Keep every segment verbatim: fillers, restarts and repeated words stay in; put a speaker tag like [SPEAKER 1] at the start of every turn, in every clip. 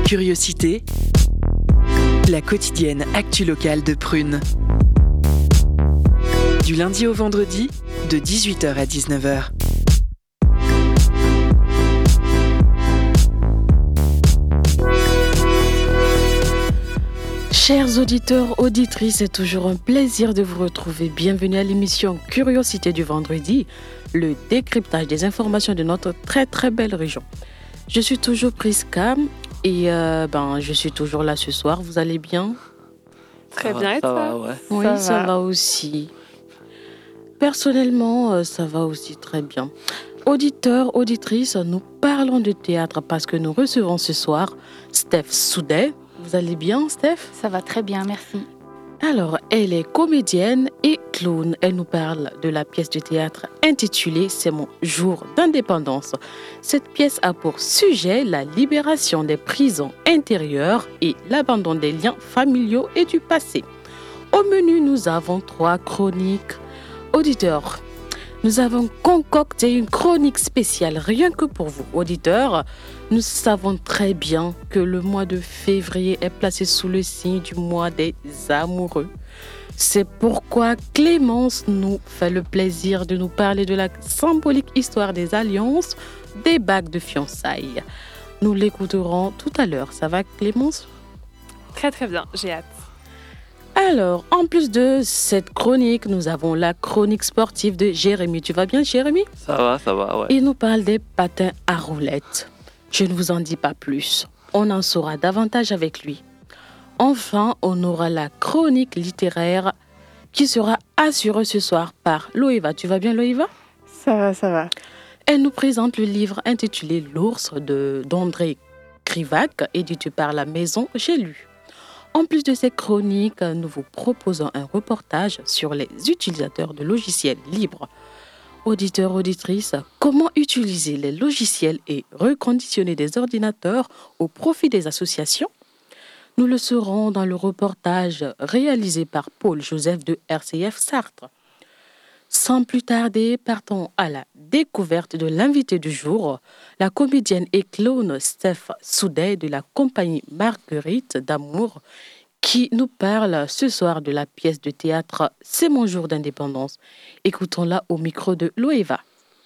[SPEAKER 1] Curiosité, la quotidienne actu locale de Prune. Du lundi au vendredi, de dix-huit heures à dix-neuf heures.
[SPEAKER 2] Chers auditeurs, auditrices, c'est toujours un plaisir de vous retrouver. Bienvenue à l'émission Curiosité du vendredi, le décryptage des informations de notre très très belle région. Je suis toujours Priska et euh, ben, je suis toujours là ce soir. Vous allez bien ?
[SPEAKER 3] Très
[SPEAKER 4] ça
[SPEAKER 3] bien,
[SPEAKER 4] va,
[SPEAKER 3] et
[SPEAKER 4] ça
[SPEAKER 3] toi ?
[SPEAKER 4] va, ouais.
[SPEAKER 2] Oui,
[SPEAKER 3] Ça
[SPEAKER 2] ça
[SPEAKER 3] va.
[SPEAKER 2] va aussi. Personnellement, euh, ça va aussi très bien. Auditeurs, auditrices, nous parlons de théâtre parce que nous recevons ce soir Steph Soudet. Vous allez bien, Steph ?
[SPEAKER 3] Ça va très bien, merci.
[SPEAKER 2] Alors, elle est comédienne et clown. Elle nous parle de la pièce de théâtre intitulée « C'est mon jour d'indépendance ». Cette pièce a pour sujet la libération des prisons intérieures et l'abandon des liens familiaux et du passé. Au menu, nous avons trois chroniques. Auditeurs, nous avons concocté une chronique spéciale rien que pour vous, auditeurs. Nous savons très bien que le mois de février est placé sous le signe du mois des amoureux. C'est pourquoi Clémence nous fait le plaisir de nous parler de la symbolique histoire des alliances, des bagues de fiançailles. Nous l'écouterons tout à l'heure. Ça va, Clémence ?
[SPEAKER 3] Très très bien, j'ai hâte.
[SPEAKER 2] Alors, en plus de cette chronique, nous avons la chronique sportive de Jérémy. Tu vas bien, Jérémy ?
[SPEAKER 4] Ça va, ça va, ouais.
[SPEAKER 2] Il nous parle des patins à roulettes. Je ne vous en dis pas plus. On en saura davantage avec lui. Enfin, on aura la chronique littéraire qui sera assurée ce soir par Loïva. Tu vas bien, Loïva ?
[SPEAKER 3] Ça va, ça va.
[SPEAKER 2] Elle nous présente le livre intitulé L'ours de, d'André Krivac, édité par la Maison J'ai lu. En plus de ces chroniques, nous vous proposons un reportage sur les utilisateurs de logiciels libres. Auditeurs, auditrices, comment utiliser les logiciels et reconditionner des ordinateurs au profit des associations ? Nous le saurons dans le reportage réalisé par Paul Joseph de R C F Sartre. Sans plus tarder, partons à la découverte de l'invité du jour, la comédienne et clown Steph Soudet de la compagnie Marguerite d'Amour, qui nous parle ce soir de la pièce de théâtre « C'est mon jour d'indépendance ». Écoutons-la au micro de Loïva.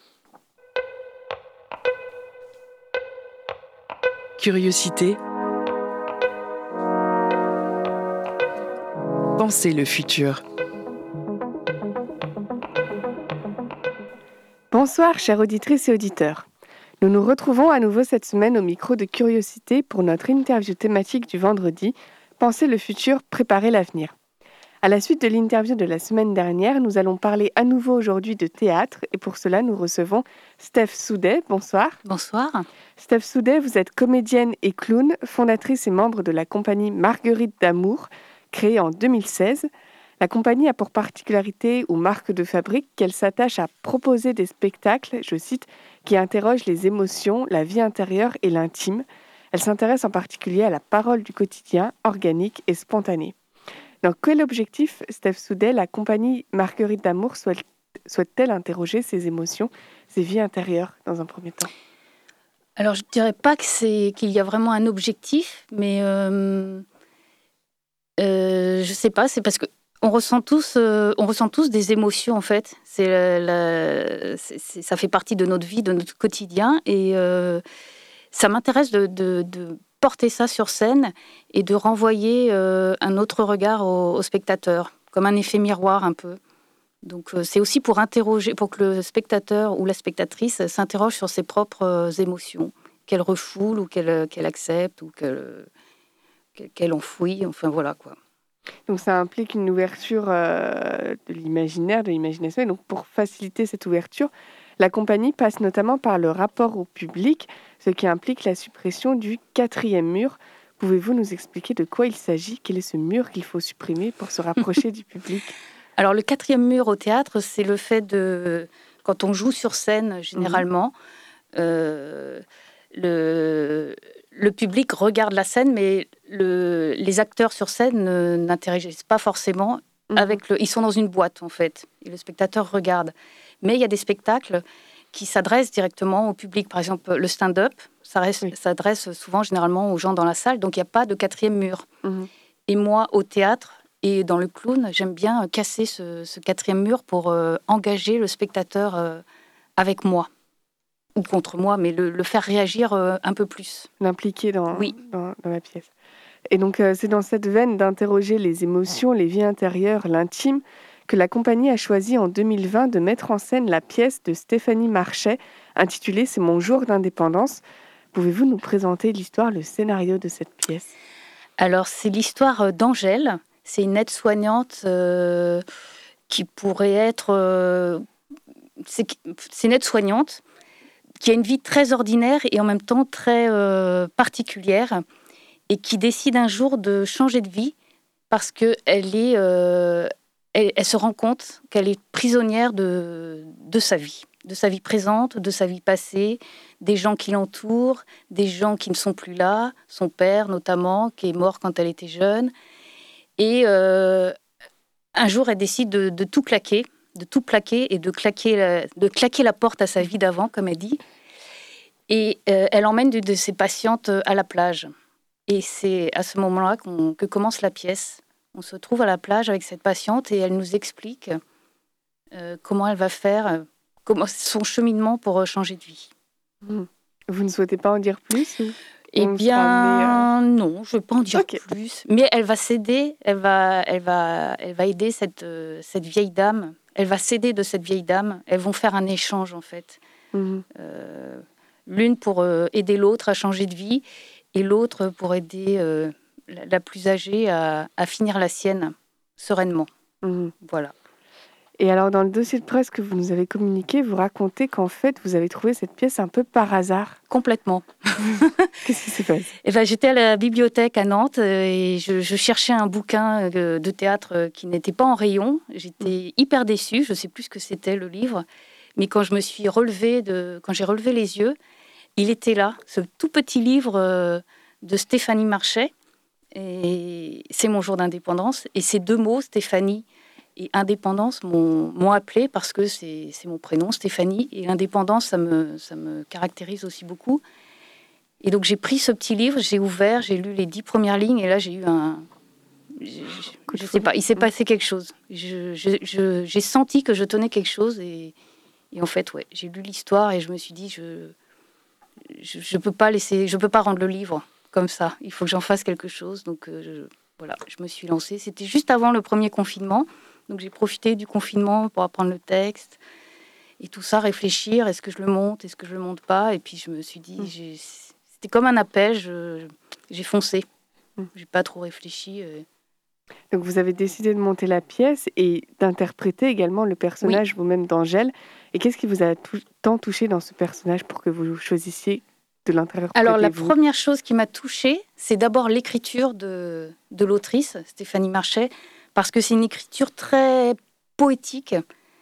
[SPEAKER 1] Curiosité. Pensez le futur.
[SPEAKER 5] Bonsoir, chères auditrices et auditeurs. Nous nous retrouvons à nouveau cette semaine au micro de Curiosité pour notre interview thématique du vendredi, Penser le futur, préparer l'avenir. À la suite de l'interview de la semaine dernière, nous allons parler à nouveau aujourd'hui de théâtre et pour cela, nous recevons Steph Soudet. Bonsoir.
[SPEAKER 3] Bonsoir.
[SPEAKER 5] Steph Soudet, vous êtes comédienne et clown, fondatrice et membre de la compagnie Marguerite d'Amour, créée en deux mille seize. La compagnie a pour particularité ou marque de fabrique qu'elle s'attache à proposer des spectacles, je cite, qui interrogent les émotions, la vie intérieure et l'intime. Elle s'intéresse en particulier à la parole du quotidien, organique et spontanée. Dans quel objectif, Steph Soudet, la compagnie Marguerite d'Amour souhaite- souhaite-t-elle interroger ses émotions, ses vies intérieures dans un premier temps ?
[SPEAKER 6] Alors, je ne dirais pas que c'est, qu'il y a vraiment un objectif, mais euh, euh, je ne sais pas, c'est parce que on ressent tous, euh, on ressent tous des émotions, en fait. C'est la- la- c'est- c'est- ça fait partie de notre vie, de notre quotidien, et euh, ça m'intéresse de, de- de porter ça sur scène et de renvoyer euh, un autre regard au, au spectateur, comme un effet miroir un peu. Donc, euh, c'est aussi pour interroger, pour que le spectateur ou la spectatrice s'interroge sur ses propres euh, émotions, qu'elle refoule ou qu'elle, qu'elle accepte ou qu'elle, qu'elle enfouit. Enfin, voilà quoi.
[SPEAKER 5] Donc ça implique une ouverture euh, de l'imaginaire, de l'imagination. Et donc pour faciliter cette ouverture, la compagnie passe notamment par le rapport au public, ce qui implique la suppression du quatrième mur. Pouvez-vous nous expliquer de quoi il s'agit ? Quel est ce mur qu'il faut supprimer pour se rapprocher du public ?
[SPEAKER 6] Alors, le quatrième mur au théâtre, c'est le fait de... Quand on joue sur scène, généralement, mmh. euh, le, le public regarde la scène, mais le, les acteurs sur scène ne, n'interagissent pas forcément mmh. avec le... Ils sont dans une boîte, en fait, et le spectateur regarde. Mais il y a des spectacles qui s'adressent directement au public. Par exemple, le stand-up, Ça reste,
[SPEAKER 5] Oui.
[SPEAKER 6] s'adresse souvent, généralement, aux gens dans la salle. Donc, il n'y a pas de quatrième mur.
[SPEAKER 5] Mhm.
[SPEAKER 6] Et moi, au théâtre et dans le clown, j'aime bien casser ce, ce quatrième mur pour euh, engager le spectateur euh, avec moi. Ou contre moi, mais le, le faire réagir euh, un peu plus.
[SPEAKER 5] L'impliquer dans,
[SPEAKER 6] Oui.
[SPEAKER 5] dans, dans la pièce. Et donc, euh, c'est dans cette veine d'interroger les émotions, les vies intérieures, l'intime, que la compagnie a choisi en deux mille vingt de mettre en scène la pièce de Stéphanie Marchais, intitulée « C'est mon jour d'indépendance ». Pouvez-vous nous présenter l'histoire, le scénario de cette pièce ?
[SPEAKER 6] Alors, c'est l'histoire d'Angèle. C'est une aide-soignante euh, qui pourrait être... Euh, c'est, c'est une aide-soignante qui a une vie très ordinaire et en même temps très euh, particulière et qui décide un jour de changer de vie parce qu'elle est, euh, elle, elle se rend compte qu'elle est prisonnière de, de sa vie, de sa vie présente, de sa vie passée, des gens qui l'entourent, des gens qui ne sont plus là, son père notamment, qui est mort quand elle était jeune. Et euh, un jour, elle décide de, de tout claquer, de tout plaquer et de claquer, la, de claquer la porte à sa vie d'avant, comme elle dit. Et euh, elle emmène une de ses patientes à la plage. Et c'est à ce moment-là qu'on, que commence la pièce. On se trouve à la plage avec cette patiente et elle nous explique euh, comment elle va faire, euh, comment, son cheminement pour changer de vie.
[SPEAKER 5] Mmh. Vous ne souhaitez pas en dire plus ou
[SPEAKER 6] Eh
[SPEAKER 5] on
[SPEAKER 6] bien,
[SPEAKER 5] sera amené,
[SPEAKER 6] non, je ne vais pas en dire
[SPEAKER 5] Ok.
[SPEAKER 6] plus. Mais elle va s'aider, elle va, elle va, elle va aider cette, euh, cette vieille dame. Elle va s'aider de cette vieille dame. Elles vont faire un échange, en fait.
[SPEAKER 5] à- Mhm.
[SPEAKER 6] Euh, l'une pour euh, aider l'autre à changer de vie et l'autre pour aider euh, la, la plus âgée à, à finir la sienne sereinement.
[SPEAKER 5] Mhm.
[SPEAKER 6] Voilà.
[SPEAKER 5] Et alors, dans le dossier de presse que vous nous avez communiqué, vous racontez qu'en fait, vous avez trouvé cette pièce un peu par hasard.
[SPEAKER 6] Complètement.
[SPEAKER 5] Qu'est-ce qui s'est passé ?
[SPEAKER 6] Eh ben, j'étais à la bibliothèque à Nantes euh, et je, je cherchais un bouquin euh, de théâtre euh, qui n'était pas en rayon. J'étais hyper déçue, je ne sais plus ce que c'était le livre. Mais quand je me suis relevée, de, quand j'ai relevé les yeux, il était là, ce tout petit livre euh, de Stéphanie Marchais. Et c'est mon jour d'indépendance. Et ces deux mots, Stéphanie et indépendance, m'ont, m'ont appelée parce que c'est, c'est mon prénom, Stéphanie. Et l'indépendance, ça me, ça me caractérise aussi beaucoup. Et donc j'ai pris ce petit livre, j'ai ouvert, j'ai lu les dix premières lignes. Et là, j'ai eu un... Je, je, je sais pas, il s'est passé quelque chose. Je, je, je, j'ai senti que je tenais quelque chose. Et, et en fait, ouais, j'ai lu l'histoire et je me suis dit... je Je, je peux pas laisser, je peux pas rendre le livre comme ça. Il faut que j'en fasse quelque chose. Donc euh, je, voilà, je me suis lancée. C'était juste avant le premier confinement, donc j'ai profité du confinement pour apprendre le texte et tout ça, réfléchir. Est-ce que je le monte, est-ce que je le monte pas ? Et puis je me suis dit,
[SPEAKER 5] Mmh.
[SPEAKER 6] j'ai, c'était comme un appel. Je, j'ai foncé.
[SPEAKER 5] Mmh.
[SPEAKER 6] J'ai pas trop réfléchi. euh.
[SPEAKER 5] Donc, vous avez décidé de monter la pièce et d'interpréter également le personnage vous-même d'Angèle. Et qu'est-ce qui vous a tou- tant touché dans ce personnage pour que vous choisissiez de l'interpréter
[SPEAKER 6] Alors la
[SPEAKER 5] vous ?
[SPEAKER 6] première chose qui m'a touchée, c'est d'abord l'écriture de, de l'autrice, Stéphanie Marchais, parce que c'est une écriture très poétique,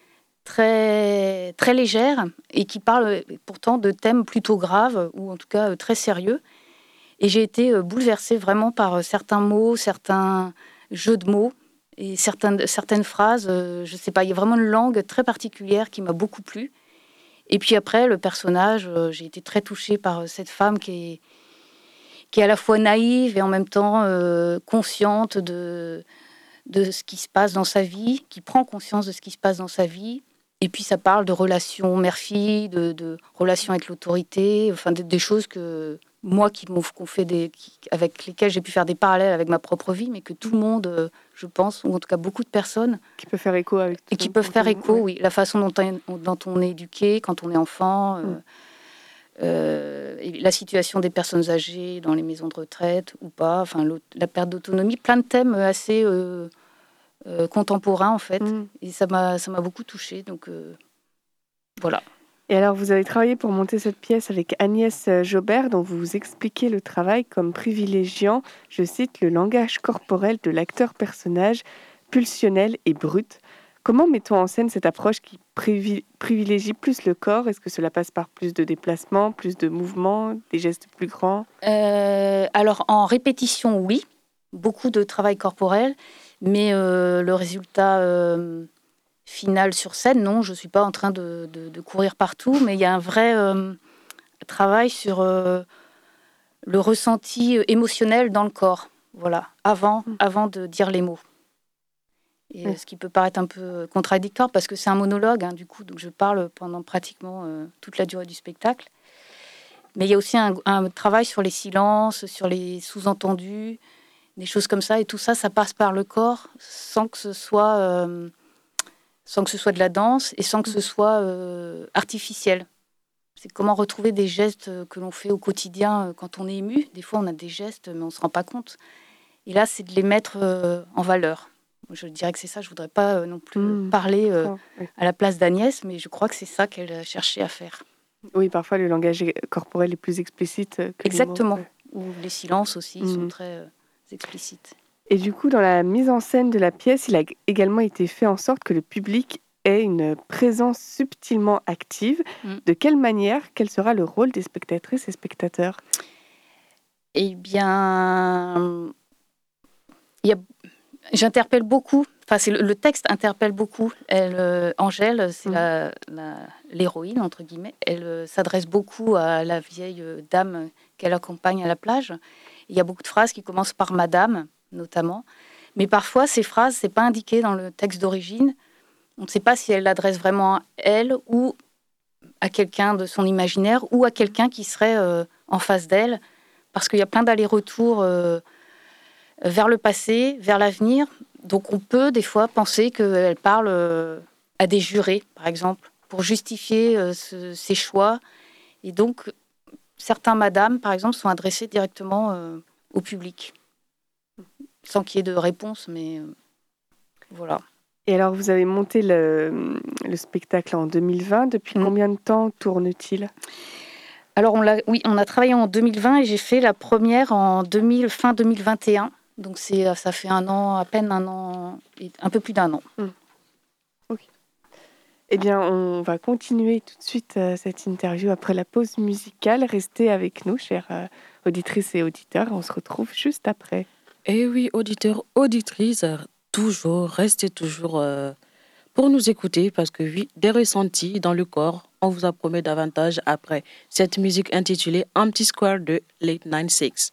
[SPEAKER 6] très, très légère, et qui parle pourtant de thèmes plutôt graves, ou en tout cas très sérieux. Et j'ai été bouleversée vraiment par certains mots, certains jeux de mots, et certaines, certaines phrases, je ne sais pas, il y a vraiment une langue très particulière qui m'a beaucoup plu. Et puis après, le personnage, euh, j'ai été très touchée par euh, cette femme qui est, qui est à la fois naïve et en même temps euh, consciente de, de ce qui se passe dans sa vie, qui prend conscience de ce qui se passe dans sa vie. Et puis ça parle de relations mère-fille, de, de relations avec l'autorité, enfin des, des choses que moi, qui m'ont qu'on fait des, qui, avec lesquelles j'ai pu faire des parallèles avec ma propre vie, mais que tout le monde, euh, je pense, ou en tout cas beaucoup de personnes,
[SPEAKER 5] Qui peut faire écho avec...
[SPEAKER 6] et qui
[SPEAKER 5] tout-
[SPEAKER 6] peuvent
[SPEAKER 5] pour
[SPEAKER 6] faire
[SPEAKER 5] tout le
[SPEAKER 6] écho,
[SPEAKER 5] monde,
[SPEAKER 6] oui. La façon dont on, dont on est éduqué quand on est enfant, euh,
[SPEAKER 5] Mm.
[SPEAKER 6] euh, et la situation des personnes âgées dans les maisons de retraite ou pas, enfin l'au- la perte d'autonomie, plein de thèmes assez euh, euh, contemporains en fait.
[SPEAKER 5] ouais. Mm.
[SPEAKER 6] Et ça m'a, ça m'a beaucoup touchée, donc euh, voilà.
[SPEAKER 5] Et alors, vous avez travaillé pour monter cette pièce avec Agnès Jaubert, dont vous expliquez le travail comme privilégiant, je cite, le langage corporel de l'acteur-personnage, pulsionnel et brut. Comment mettons en scène cette approche qui privi- privilégie plus le corps ? Est-ce que cela passe par plus de déplacements, plus de mouvements, des gestes plus grands ?
[SPEAKER 6] Euh, alors en répétition, oui, beaucoup de travail corporel, mais euh, le résultat euh, final sur scène, non, je ne suis pas en train de, de, de courir partout, mais il y a un vrai euh, travail sur euh, le ressenti émotionnel dans le corps, voilà, avant, mmh. avant de dire les mots. Et mmh. ce qui peut paraître un peu contradictoire parce que c'est un monologue, hein, du coup, donc je parle pendant pratiquement euh, toute la durée du spectacle. Mais il y a aussi un, un travail sur les silences, sur les sous-entendus, des choses comme ça. Et tout ça, ça passe par le corps sans que ce soit, euh, sans que ce soit de la danse et sans que ce soit euh, artificiel. C'est comment retrouver des gestes que l'on fait au quotidien quand on est ému. Des fois, on a des gestes, mais on ne se rend pas compte. Et là, c'est de les mettre euh, en valeur. Je dirais que c'est ça. Je ne voudrais pas euh, non plus mmh. parler euh, à la place d'Agnès, mais je crois que c'est ça qu'elle a cherché à faire.
[SPEAKER 5] Oui, parfois, le langage corporel est plus explicite que
[SPEAKER 6] Exactement.
[SPEAKER 5] les mots.
[SPEAKER 6] Ou les silences aussi mmh. sont très euh, explicites.
[SPEAKER 5] Et du coup, dans la mise en scène de la pièce, il a également été fait en sorte que le public ait une présence subtilement active. Mmh. De quelle manière, quel sera le rôle des spectatrices et spectateurs ?
[SPEAKER 6] Eh bien, il y a... j'interpelle beaucoup. Enfin, c'est le, le texte interpelle beaucoup. Elle, euh, Angèle, c'est mmh. la, la, l'héroïne, entre guillemets. Elle euh, s'adresse beaucoup à la vieille euh, dame qu'elle accompagne à la plage. Il y a beaucoup de phrases qui commencent par « madame », notamment. Mais parfois, ces phrases, ce n'est pas indiqué dans le texte d'origine. On ne sait pas si elle l'adresse vraiment à elle ou à quelqu'un de son imaginaire ou à quelqu'un qui serait euh, en face d'elle. Parce qu'il y a plein d'allers-retours euh, vers le passé, vers l'avenir. Donc on peut des fois penser qu'elle parle euh, à des jurés, par exemple, pour justifier euh, ce, ses choix. Et donc, certains madames, par exemple, sont adressées directement euh, au public. Sans qu'il y ait de réponse, mais euh, voilà.
[SPEAKER 5] Et alors, vous avez monté le, le spectacle en deux mille vingt. Depuis mmh. combien de temps tourne-t-il ?
[SPEAKER 6] Alors, on l'a, oui, on a travaillé en deux mille vingt et j'ai fait la première en deux mille, fin deux mille vingt et un. Donc, c'est, ça fait un an, à peine un an, un peu plus d'un an.
[SPEAKER 5] Mmh. Ok. Eh bien, on va continuer tout de suite euh, cette interview après la pause musicale. Restez avec nous, chères euh, auditrices et auditeurs. On se retrouve juste après.
[SPEAKER 2] Et oui, auditeurs, auditrices, toujours, restez toujours euh, pour nous écouter parce que oui, des ressentis dans le corps, on vous en promet davantage après cette musique intitulée Empty Square de Late quatre-vingt-seize.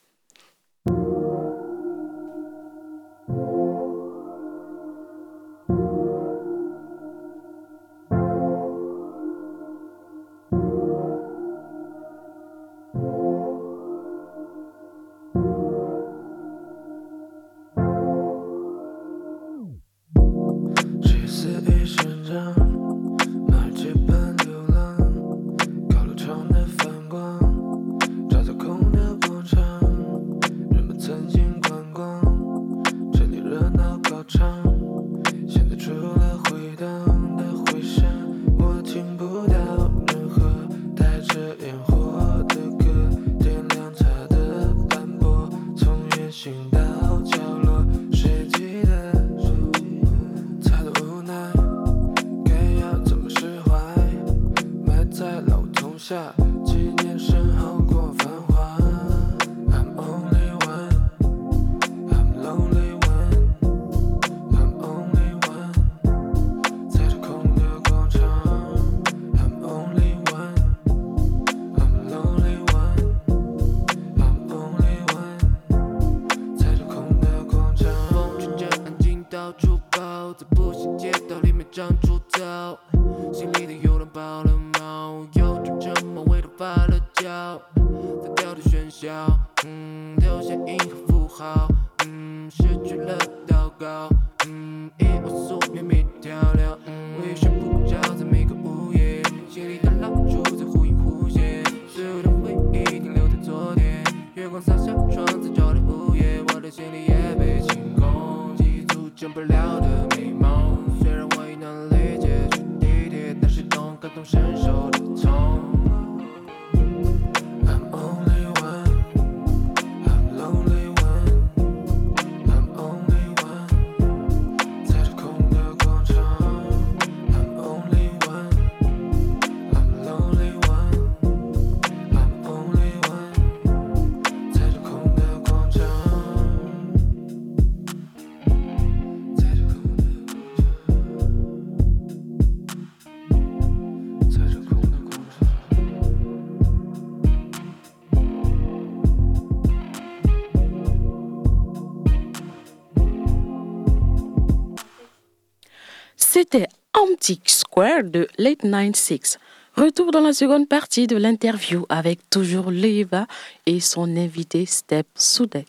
[SPEAKER 2] C'était Empty Square de Late quatre-vingt-seize. Retour dans la seconde partie de l'interview avec toujours Leva et son invité Steph Soudet.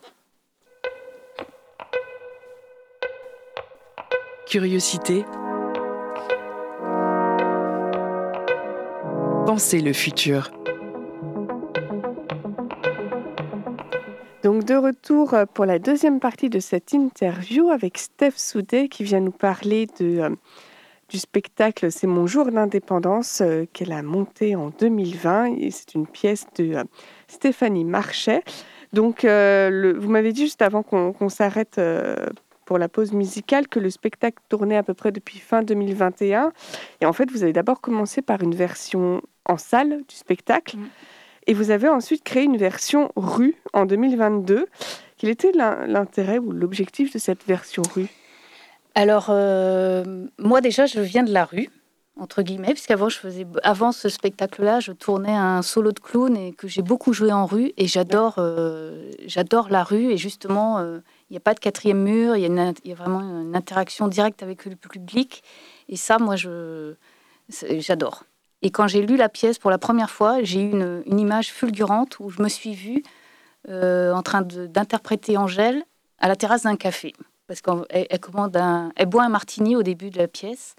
[SPEAKER 1] Curiosité. Pensez le futur.
[SPEAKER 5] Donc de retour pour la deuxième partie de cette interview avec Steph Soudet qui vient nous parler de, euh, du spectacle C'est mon jour d'indépendance euh, qu'elle a monté en deux mille vingt. Et c'est une pièce de euh, Stéphanie Marchais. Donc euh, le, vous m'avez dit juste avant qu'on, qu'on s'arrête euh, pour la pause musicale que le spectacle tournait à peu près depuis fin deux mille vingt et un. Et en fait, vous avez d'abord commencé par une version en salle du spectacle. Mmh. Et vous avez ensuite créé une version rue en deux mille vingt-deux. Quel était l'intérêt ou l'objectif de cette version rue ?
[SPEAKER 6] Alors, euh, moi déjà, je viens de la rue, entre guillemets, puisqu'avant, je faisais, avant ce spectacle-là, je tournais un solo de clown et que j'ai beaucoup joué en rue. Et j'adore, euh, j'adore la rue. Et justement, euh, il n'y a pas de quatrième mur, il y a une, il y a vraiment une interaction directe avec le public. Et ça, moi, je, j'adore. Et quand j'ai lu la pièce pour la première fois, j'ai eu une, une image fulgurante où je me suis vue euh, en train de, d'interpréter Angèle à la terrasse d'un café. Parce qu'elle elle commande un, elle boit un martini au début de la pièce.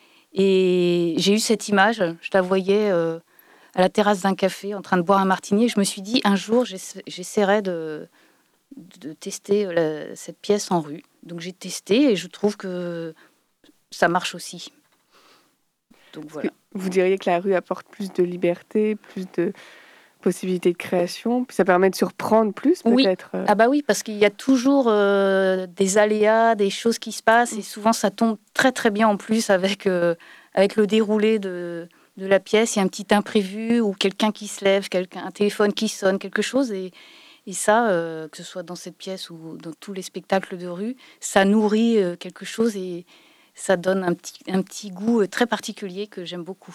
[SPEAKER 6] Et j'ai eu cette image, je la voyais euh, à la terrasse d'un café en train de boire un martini. Et je me suis dit, un jour, j'essaierai de, de tester la, cette pièce en rue. Donc j'ai testé et je trouve que ça marche aussi. Donc voilà.
[SPEAKER 5] Vous diriez que la rue apporte plus de liberté, plus de possibilités de création, puis ça permet de surprendre plus peut-être.
[SPEAKER 6] Oui. Ah bah oui, parce qu'il y a toujours euh, des aléas, des choses qui se passent, et souvent ça tombe très très bien en plus avec, euh, avec le déroulé de, de la pièce. Il y a un petit imprévu ou quelqu'un qui se lève, quelqu'un, un téléphone qui sonne, quelque chose, et, et ça, euh, que ce soit dans cette pièce ou dans tous les spectacles de rue, ça nourrit euh, quelque chose et ça donne un petit, un petit goût très particulier que j'aime beaucoup.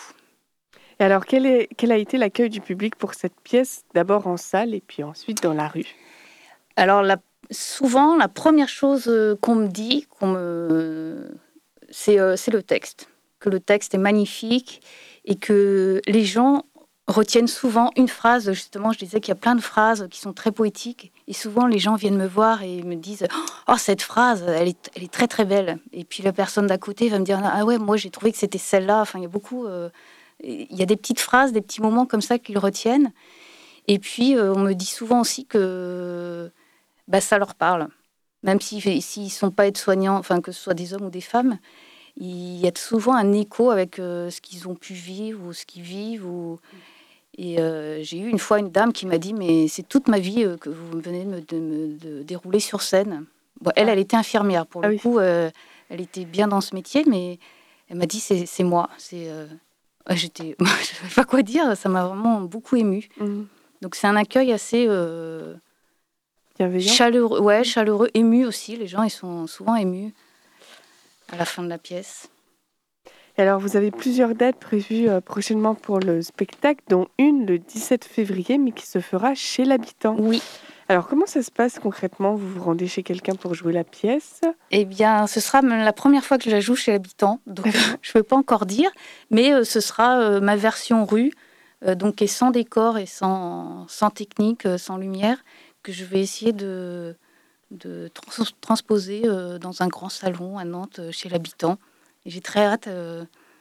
[SPEAKER 5] Et alors, quel, est, quel a été l'accueil du public pour cette pièce, d'abord en salle et puis ensuite dans la rue ?
[SPEAKER 6] Alors, la, souvent, la première chose qu'on me dit, qu'on me, c'est, euh, c'est le texte. Que le texte est magnifique et que les gens retiennent souvent une phrase. Justement, je disais qu'il y a plein de phrases qui sont très poétiques. Et souvent, les gens viennent me voir et me disent « Oh, cette phrase, elle est, elle est très, très belle. » Et puis, la personne d'à côté va me dire « Ah ouais, moi, j'ai trouvé que c'était celle-là. » Enfin, il y a beaucoup... Euh, il y a des petites phrases, des petits moments comme ça qu'ils retiennent. Et puis, euh, on me dit souvent aussi que bah, ça leur parle. Même s'ils ne sont pas aides-soignants, enfin, que ce soit des hommes ou des femmes, il y a souvent un écho avec euh, ce qu'ils ont pu vivre ou ce qu'ils vivent. Ou... Et euh, j'ai eu une fois une dame qui m'a dit « Mais c'est toute ma vie euh, que vous venez de me, de me de dérouler sur scène. » Bon, elle, elle était infirmière. Pour le ah oui. coup, euh, elle était bien dans ce métier, mais elle m'a dit « C'est, c'est moi. C'est, euh... » J'étais... Je ne savais pas quoi dire. Ça m'a vraiment beaucoup émue. Mmh. Donc, c'est un accueil assez... Euh... chaleureux, ouais, chaleureux, ému aussi. Les gens, ils sont souvent émus à la fin de la pièce.
[SPEAKER 5] Et alors, vous avez plusieurs dates prévues euh, prochainement pour le spectacle, dont une le dix-sept février, mais qui se fera chez l'habitant.
[SPEAKER 6] Oui.
[SPEAKER 5] Alors, comment ça se passe concrètement ? Vous vous rendez chez quelqu'un pour jouer la pièce ?
[SPEAKER 6] Eh bien, ce sera la première fois que je la joue chez l'habitant, donc je ne peux pas encore dire, mais euh, ce sera euh, ma version rue, euh, donc et sans décor et sans, sans technique, euh, sans lumière, que je vais essayer de, de trans- transposer euh, dans un grand salon à Nantes, euh, chez l'habitant. Et j'ai très hâte euh,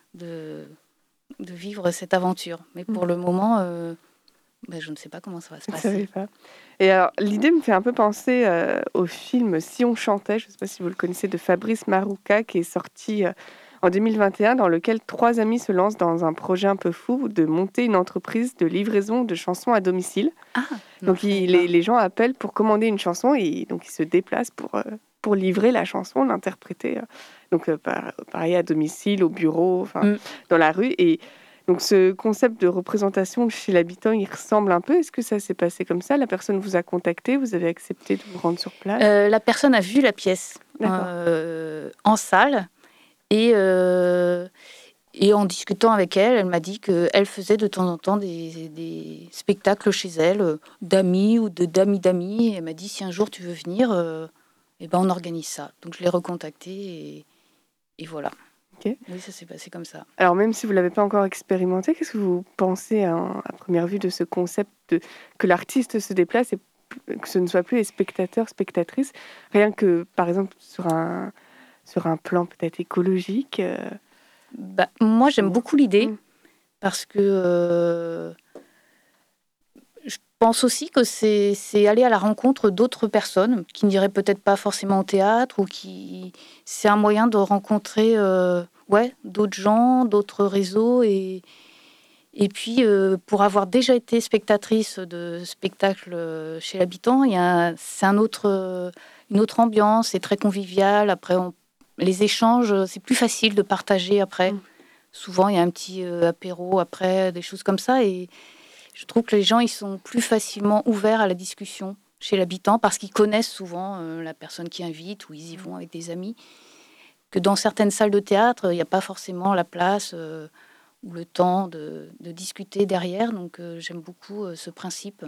[SPEAKER 6] de, de vivre cette aventure. Mais pour mmh. le moment, euh, ben, je ne sais pas comment ça va se passer.
[SPEAKER 5] Je ne savais pas. Et alors, l'idée me fait un peu penser euh, au film Si on chantait, je ne sais pas si vous le connaissez, de Fabrice Marouka, qui est sorti euh, en deux mille vingt et un, dans lequel trois amis se lancent dans un projet un peu fou de monter une entreprise de livraison de chansons à domicile. Ah, donc, il, les, les gens appellent pour commander une chanson et donc ils se déplacent pour... Euh, pour livrer la chanson, l'interpréter, donc euh, par, pareil à domicile, au bureau, enfin mm. dans la rue. Et donc ce concept de représentation chez l'habitant, il ressemble un peu. Est-ce que ça s'est passé comme ça ? La personne vous a contacté, vous avez accepté de vous rendre sur place ?
[SPEAKER 6] euh, La personne a vu la pièce euh, en salle et, euh, et en discutant avec elle, elle m'a dit qu'elle faisait de temps en temps des, des spectacles chez elle, d'amis ou de d'amis d'amis. Et elle m'a dit, si un jour tu veux venir... Euh, Eh ben, on organise ça. Donc, je l'ai recontacté et, et voilà.
[SPEAKER 5] Okay.
[SPEAKER 6] Oui, ça s'est passé comme ça.
[SPEAKER 5] Alors, même si vous ne l'avez pas encore expérimenté, qu'est-ce que vous pensez à, à première vue de ce concept de, que l'artiste se déplace et que ce ne soit plus les spectateurs, spectatrices, rien que, par exemple, sur un, sur un plan peut-être écologique euh...
[SPEAKER 6] bah, Moi, j'aime beaucoup l'idée,
[SPEAKER 5] mmh.
[SPEAKER 6] parce que euh, je pense aussi que c'est, c'est aller à la rencontre d'autres personnes qui n'iraient peut-être pas forcément au théâtre, ou qui... C'est un moyen de rencontrer euh, ouais, d'autres gens, d'autres réseaux, et... Et puis, euh, pour avoir déjà été spectatrice de spectacles chez l'habitant, il y a, c'est un autre, euh, une autre ambiance, c'est très convivial. Après, on, les échanges, c'est plus facile de partager après. Mmh. Souvent, il y a un petit euh, apéro après, des choses comme ça. Et je trouve que les gens, ils sont plus facilement ouverts à la discussion chez l'habitant parce qu'ils connaissent souvent euh, la personne qui invite, ou ils y vont avec des amis. Que dans certaines salles de théâtre, il n'y a pas forcément la place... Euh, ou le temps de, de discuter derrière. Donc, euh, j'aime beaucoup euh, ce principe.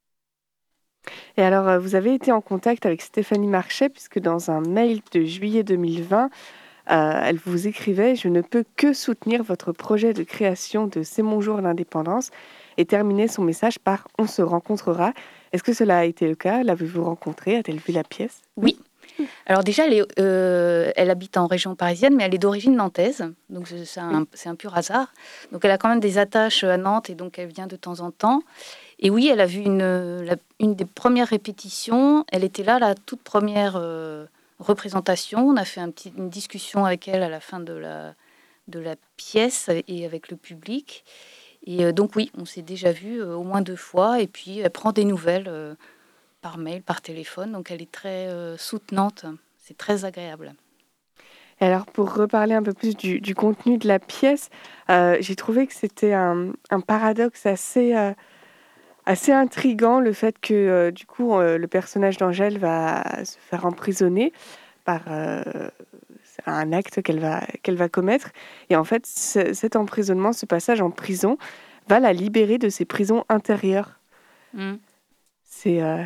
[SPEAKER 5] Et alors, euh, vous avez été en contact avec Stéphanie Marchais, puisque dans un mail de juillet deux mille vingt, euh, elle vous écrivait « Je ne peux que soutenir votre projet de création de C'est mon jour l'indépendance » et terminer son message par « On se rencontrera ». Est-ce que cela a été le cas? L'avez-vous rencontrée? A-t-elle vu la pièce?
[SPEAKER 6] Oui. Alors déjà, elle, est, euh, elle habite en région parisienne, mais elle est d'origine nantaise, donc c'est un, c'est un pur hasard. Donc elle a quand même des attaches à Nantes, et donc elle vient de temps en temps. Et oui, elle a vu une, la, une des premières répétitions. Elle était là, la toute première euh, représentation. On a fait un petit, une discussion avec elle à la fin de la, de la pièce et avec le public. Et euh, donc oui, on s'est déjà vu euh, au moins deux fois. Et puis elle prend des nouvelles euh, par mail, par téléphone. Donc elle est très euh, soutenante. C'est très agréable.
[SPEAKER 5] Et alors, pour reparler un peu plus du, du contenu de la pièce, euh, j'ai trouvé que c'était un, un paradoxe assez, euh, assez intriguant, le fait que, euh, du coup, euh, le personnage d'Angèle va se faire emprisonner par euh, un acte qu'elle va, qu'elle va commettre. Et en fait, c- cet emprisonnement, ce passage en prison, va la libérer de ses prisons intérieures.
[SPEAKER 6] Mmh.
[SPEAKER 5] C'est... Euh...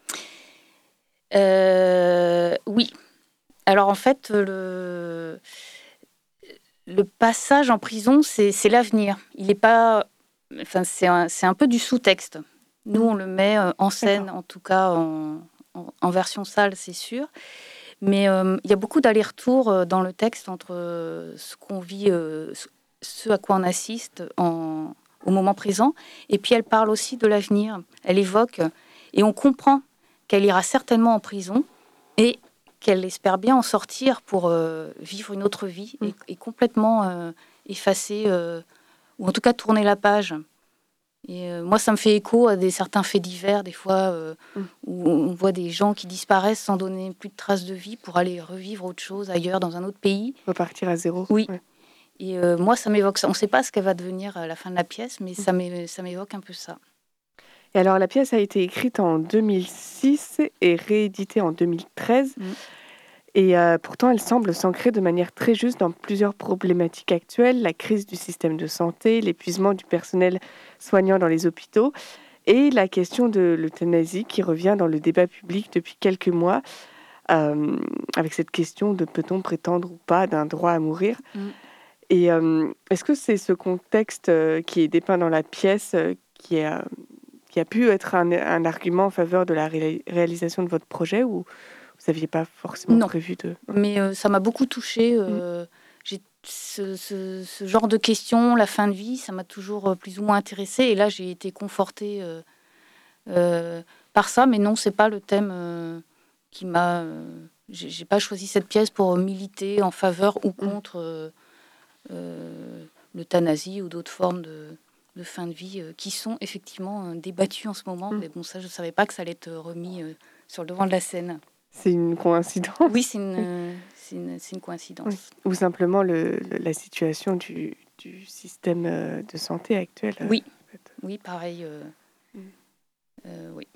[SPEAKER 6] Euh, oui. Alors en fait, le, le passage en prison, c'est, c'est l'avenir. Il est pas, enfin c'est un, c'est un peu du sous-texte. Nous, on le met en scène, D'accord. en tout cas en, en, en version salle, c'est sûr. Mais euh, il y a beaucoup d'allers-retours dans le texte entre ce qu'on vit, euh, ce à quoi on assiste en, au moment présent, et puis elle parle aussi de l'avenir. Elle évoque, et on comprend qu'elle ira certainement en prison, et qu'elle espère bien en sortir pour euh, vivre une autre vie, mmh. et, et complètement euh, effacer, euh, ou en tout cas tourner la page. Et euh, moi, ça me fait écho à des, certains faits divers, des fois, euh, mmh. où on voit des gens qui disparaissent sans donner plus de traces de vie pour aller revivre autre chose ailleurs, dans un autre pays.
[SPEAKER 5] Repartir à zéro.
[SPEAKER 6] Oui.
[SPEAKER 5] Ouais.
[SPEAKER 6] Et euh, moi, ça m'évoque ça. On ne sait pas ce qu'elle va devenir à la fin de la pièce, mais mmh. ça, m'é- ça m'évoque un peu ça.
[SPEAKER 5] Et alors, la pièce a été écrite en deux mille six et rééditée en deux mille treize. Mmh. Et euh, pourtant, elle semble s'ancrer de manière très juste dans plusieurs problématiques actuelles, la crise du système de santé, l'épuisement du personnel soignant dans les hôpitaux et la question de l'euthanasie qui revient dans le débat public depuis quelques mois, euh, avec cette question de peut-on prétendre ou pas d'un droit à mourir. Mmh. Et euh, est-ce que c'est ce contexte euh, qui est dépeint dans la pièce euh, qui, est, euh, qui a pu être un, un argument en faveur de la ré- réalisation de votre projet, ou vous n'aviez pas forcément
[SPEAKER 6] non.
[SPEAKER 5] prévu de...
[SPEAKER 6] Mais euh, ça m'a beaucoup touchée. Euh, mmh. j'ai ce, ce, ce genre de questions, la fin de vie, ça m'a toujours euh, plus ou moins intéressée. Et là, j'ai été confortée euh, euh, par ça. Mais non, c'est pas le thème euh, qui m'a... Euh, j'ai, j'ai pas choisi cette pièce pour militer en faveur ou contre euh, euh, l'euthanasie ou d'autres formes de, de fin de vie euh, qui sont effectivement euh, débattues en ce moment. Mmh. Mais bon, ça, je savais pas que ça allait être remis euh, sur le devant de la scène.
[SPEAKER 5] C'est une coïncidence?
[SPEAKER 6] Oui, c'est une, c'est une, c'est une coïncidence. Oui.
[SPEAKER 5] Ou simplement le, le, la situation du, du système de santé actuel.
[SPEAKER 6] Oui, en fait. Oui, pareil. Euh, mm. euh, oui.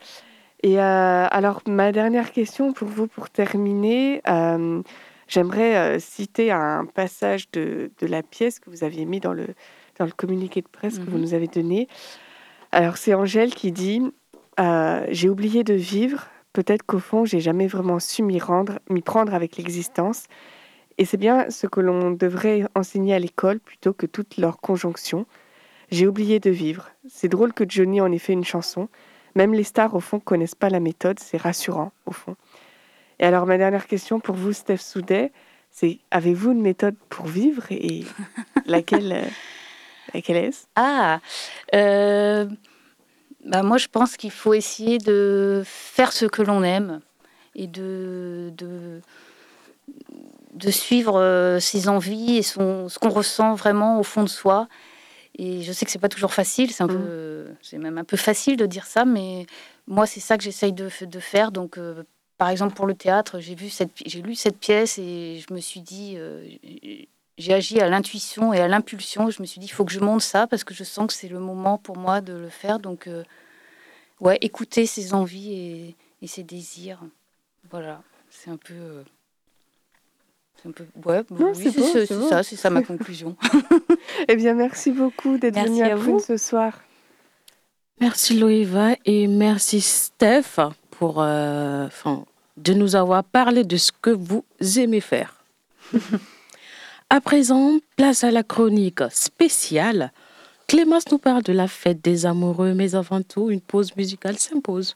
[SPEAKER 5] Et euh, alors, ma dernière question pour vous, pour terminer, euh, j'aimerais euh, citer un passage de, de la pièce que vous aviez mis dans le, dans le communiqué de presse mm-hmm. que vous nous avez donné. Alors, c'est Angèle qui dit euh, « J'ai oublié de vivre. Peut-être qu'au fond, j'ai jamais vraiment su m'y rendre, m'y prendre avec l'existence. Et c'est bien ce que l'on devrait enseigner à l'école plutôt que toutes leurs conjonctions. J'ai oublié de vivre. C'est drôle que Johnny en ait fait une chanson. Même les stars, au fond, connaissent pas la méthode. C'est rassurant, au fond. Et alors, ma dernière question pour vous, Steph Soudet, c'est avez-vous une méthode pour vivre et laquelle, euh, laquelle est-ce?
[SPEAKER 6] Ah, euh, bah moi je pense qu'il faut essayer de faire ce que l'on aime et de, de, de suivre euh, ses envies et son, ce qu'on ressent vraiment au fond de soi. Et je sais que c'est pas toujours facile, c'est, un mmh. peu, c'est même un peu facile de dire ça, mais moi c'est ça que j'essaye de, de faire. Donc, euh, par exemple pour le théâtre, j'ai, vu cette, j'ai lu cette pièce et je me suis dit... Euh, j'ai agi à l'intuition et à l'impulsion. Je me suis dit, il faut que je monte ça parce que je sens que c'est le moment pour moi de le faire. Donc, euh, ouais, écouter ses envies et, et ses désirs. Voilà, c'est un peu... Euh, c'est un peu... Ouais,
[SPEAKER 5] non,
[SPEAKER 6] oui,
[SPEAKER 5] c'est,
[SPEAKER 6] c'est,
[SPEAKER 5] beau,
[SPEAKER 6] c'est,
[SPEAKER 5] c'est,
[SPEAKER 6] c'est ça, c'est ça ma conclusion.
[SPEAKER 5] Eh bien, merci beaucoup d'être
[SPEAKER 6] merci
[SPEAKER 5] venue à, à
[SPEAKER 6] vous
[SPEAKER 5] ce soir.
[SPEAKER 2] Merci Loïva et merci Steph pour, euh, de nous avoir parlé de ce que vous aimez faire. À présent, place à la chronique spéciale. Clémence nous parle de la fête des amoureux, mais avant tout, une pause musicale s'impose.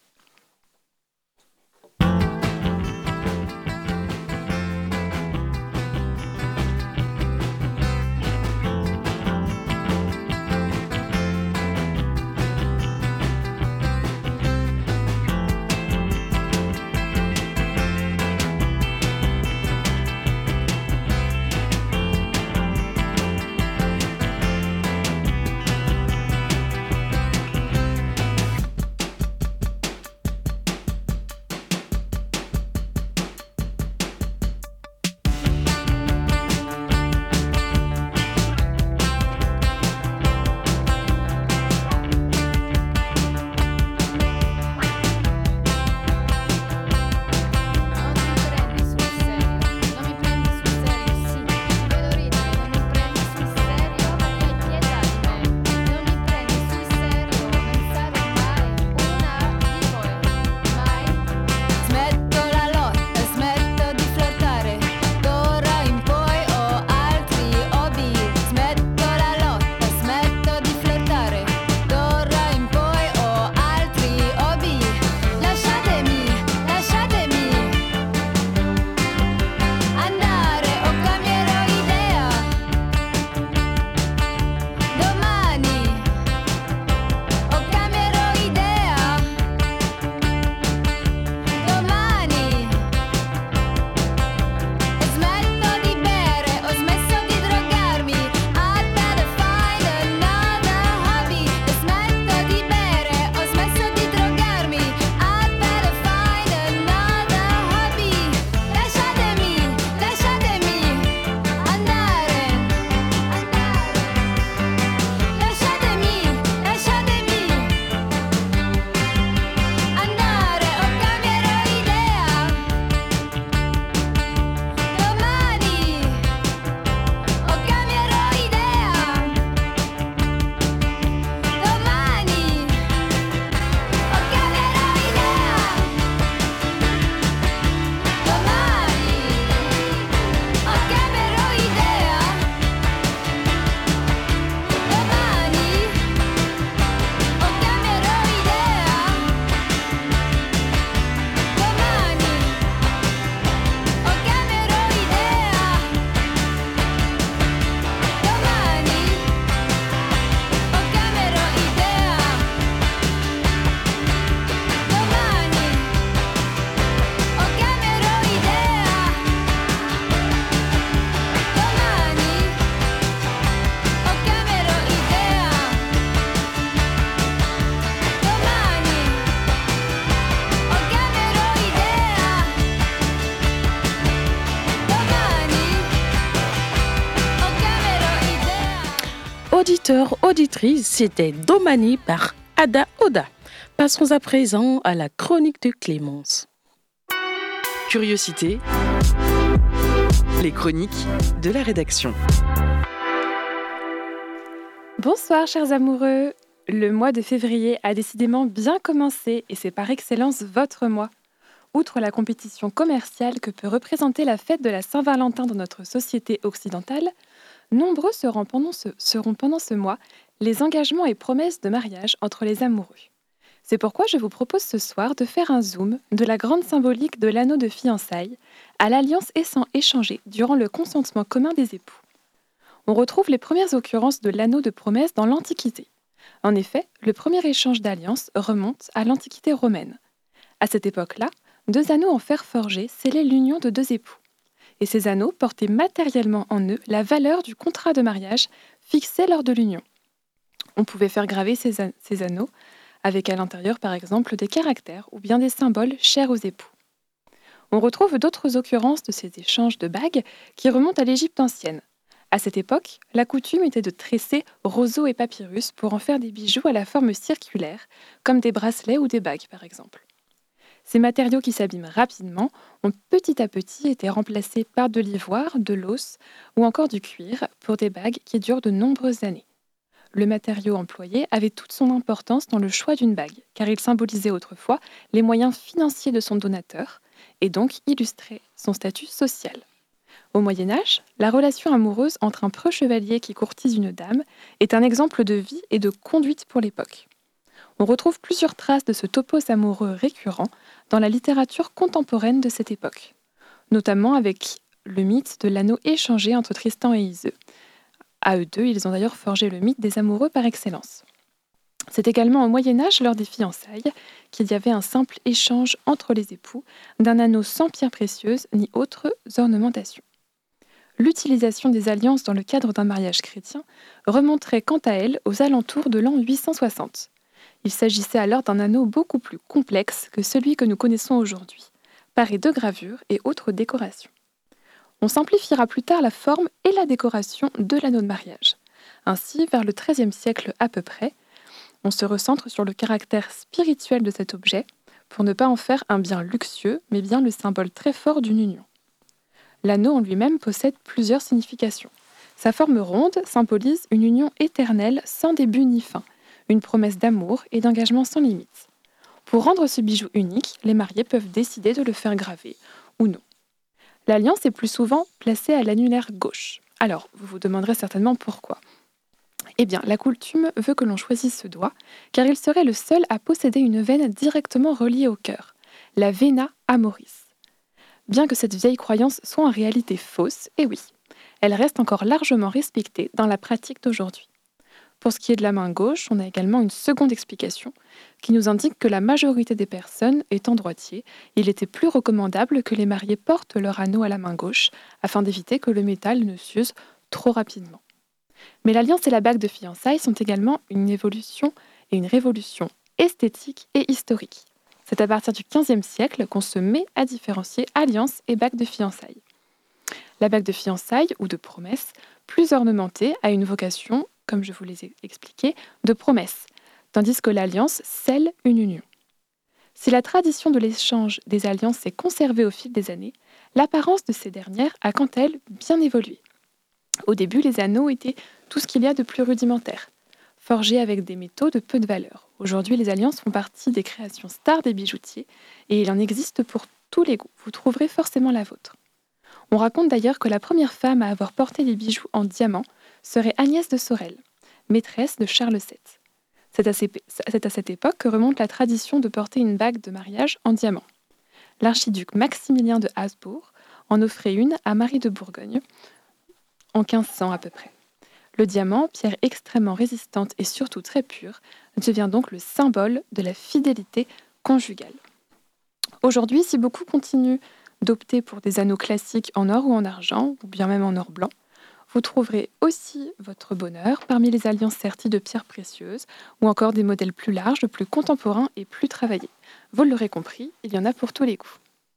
[SPEAKER 2] Auditeurs, auditrices, c'était Domani par Ada Oda. Passons à présent à la chronique de Clémence.
[SPEAKER 1] Curiosité, les chroniques de la rédaction.
[SPEAKER 3] Bonsoir chers amoureux. Le mois de février a décidément bien commencé et c'est par excellence votre mois. Outre la compétition commerciale que peut représenter la fête de la Saint-Valentin dans notre société occidentale, nombreux seront pendant, ce, seront pendant ce mois les engagements et promesses de mariage entre les amoureux. C'est pourquoi je vous propose ce soir de faire un zoom de la grande symbolique de l'anneau de fiançailles à l'alliance échangée durant le consentement commun des époux. On retrouve les premières occurrences de l'anneau de promesse dans l'Antiquité. En effet, le premier échange d'alliances remonte à l'Antiquité romaine. À cette époque-là, deux anneaux en fer forgé scellaient l'union de deux époux. Et ces anneaux portaient matériellement en eux la valeur du contrat de mariage fixé lors de l'union. On pouvait faire graver ces, an- ces anneaux avec à l'intérieur par exemple des caractères ou bien des symboles chers aux époux. On retrouve d'autres occurrences de ces échanges de bagues qui remontent à l'Égypte ancienne. À cette époque, la coutume était de tresser roseaux et papyrus pour en faire des bijoux à la forme circulaire, comme des bracelets ou des bagues par exemple. Ces matériaux qui s'abîment rapidement ont petit à petit été remplacés par de l'ivoire, de l'os ou encore du cuir pour des bagues qui durent de nombreuses années. Le matériau employé avait toute son importance dans le choix d'une bague, car il symbolisait autrefois les moyens financiers de son donateur et donc illustrait son statut social. Au Moyen-Âge, la relation amoureuse entre un preux chevalier qui courtise une dame est un exemple de vie et de conduite pour l'époque. On retrouve plusieurs traces de ce topos amoureux récurrent dans la littérature contemporaine de cette époque, notamment avec le mythe de l'anneau échangé entre Tristan et Iseux. À eux deux, ils ont d'ailleurs forgé le mythe des amoureux par excellence. C'est également au Moyen-Âge, lors des fiançailles, qu'il y avait un simple échange entre les époux d'un anneau sans pierres précieuses ni autres ornementations. L'utilisation des alliances dans le cadre d'un mariage chrétien remonterait quant à elle aux alentours de l'an huit cent soixante. Il s'agissait alors d'un anneau beaucoup plus complexe que celui que nous connaissons aujourd'hui, paré de gravures et autres décorations. On simplifiera plus tard la forme et la décoration de l'anneau de mariage. Ainsi, vers le treizième siècle à peu près, on se recentre sur le caractère spirituel de cet objet pour ne pas en faire un bien luxueux, mais bien le symbole très fort d'une union. L'anneau en lui-même possède plusieurs significations. Sa forme ronde symbolise une union éternelle sans début ni fin, une promesse d'amour et d'engagement sans limite. Pour rendre ce bijou unique, les mariés peuvent décider de le faire graver ou non. L'alliance est plus souvent placée à l'annulaire gauche. Alors, vous vous demanderez certainement pourquoi. Eh bien, la coutume veut que l'on choisisse ce doigt, car il serait le seul à posséder une veine directement reliée au cœur, la vena amoris. Bien que cette vieille croyance soit en réalité fausse, et oui, elle reste encore largement respectée dans la pratique d'aujourd'hui. Pour ce qui est de la main gauche, on a également une seconde explication qui nous indique que la majorité des personnes étant droitiers, il était plus recommandable que les mariés portent leur anneau à la main gauche afin d'éviter que le métal ne s'use trop rapidement. Mais l'alliance et la bague de fiançailles sont également une évolution et une révolution esthétique et historique. C'est à partir du quinzième siècle qu'on se met à différencier alliance et bague de fiançailles. La bague de fiançailles ou de promesse, plus ornementée, a une vocation, comme je vous l'ai expliqué, de promesse, tandis que l'alliance scelle une union. Si la tradition de l'échange des alliances s'est conservée au fil des années, l'apparence de ces dernières a quant à elle bien évolué. Au début, les anneaux étaient tout ce qu'il y a de plus rudimentaire, forgés avec des métaux de peu de valeur. Aujourd'hui, les alliances font partie des créations stars des bijoutiers et il en existe pour tous les goûts. Vous trouverez forcément la vôtre. On raconte d'ailleurs que la première femme à avoir porté des bijoux en diamant serait Agnès de Sorel, maîtresse de Charles sept. C'est à, ces, c'est à cette époque que remonte la tradition de porter une bague de mariage en diamant. L'archiduc Maximilien de Habsbourg en offrait une à Marie de Bourgogne en quinze cents à peu près. Le diamant, pierre extrêmement résistante et surtout très pure, devient donc le symbole de la fidélité conjugale. Aujourd'hui, si beaucoup continuent d'opter pour des anneaux classiques en or ou en argent, ou bien même en or blanc, vous trouverez aussi votre bonheur parmi les alliances serties de pierres précieuses ou encore des modèles plus larges, plus contemporains et plus travaillés. Vous l'aurez compris, il y en a pour tous les goûts.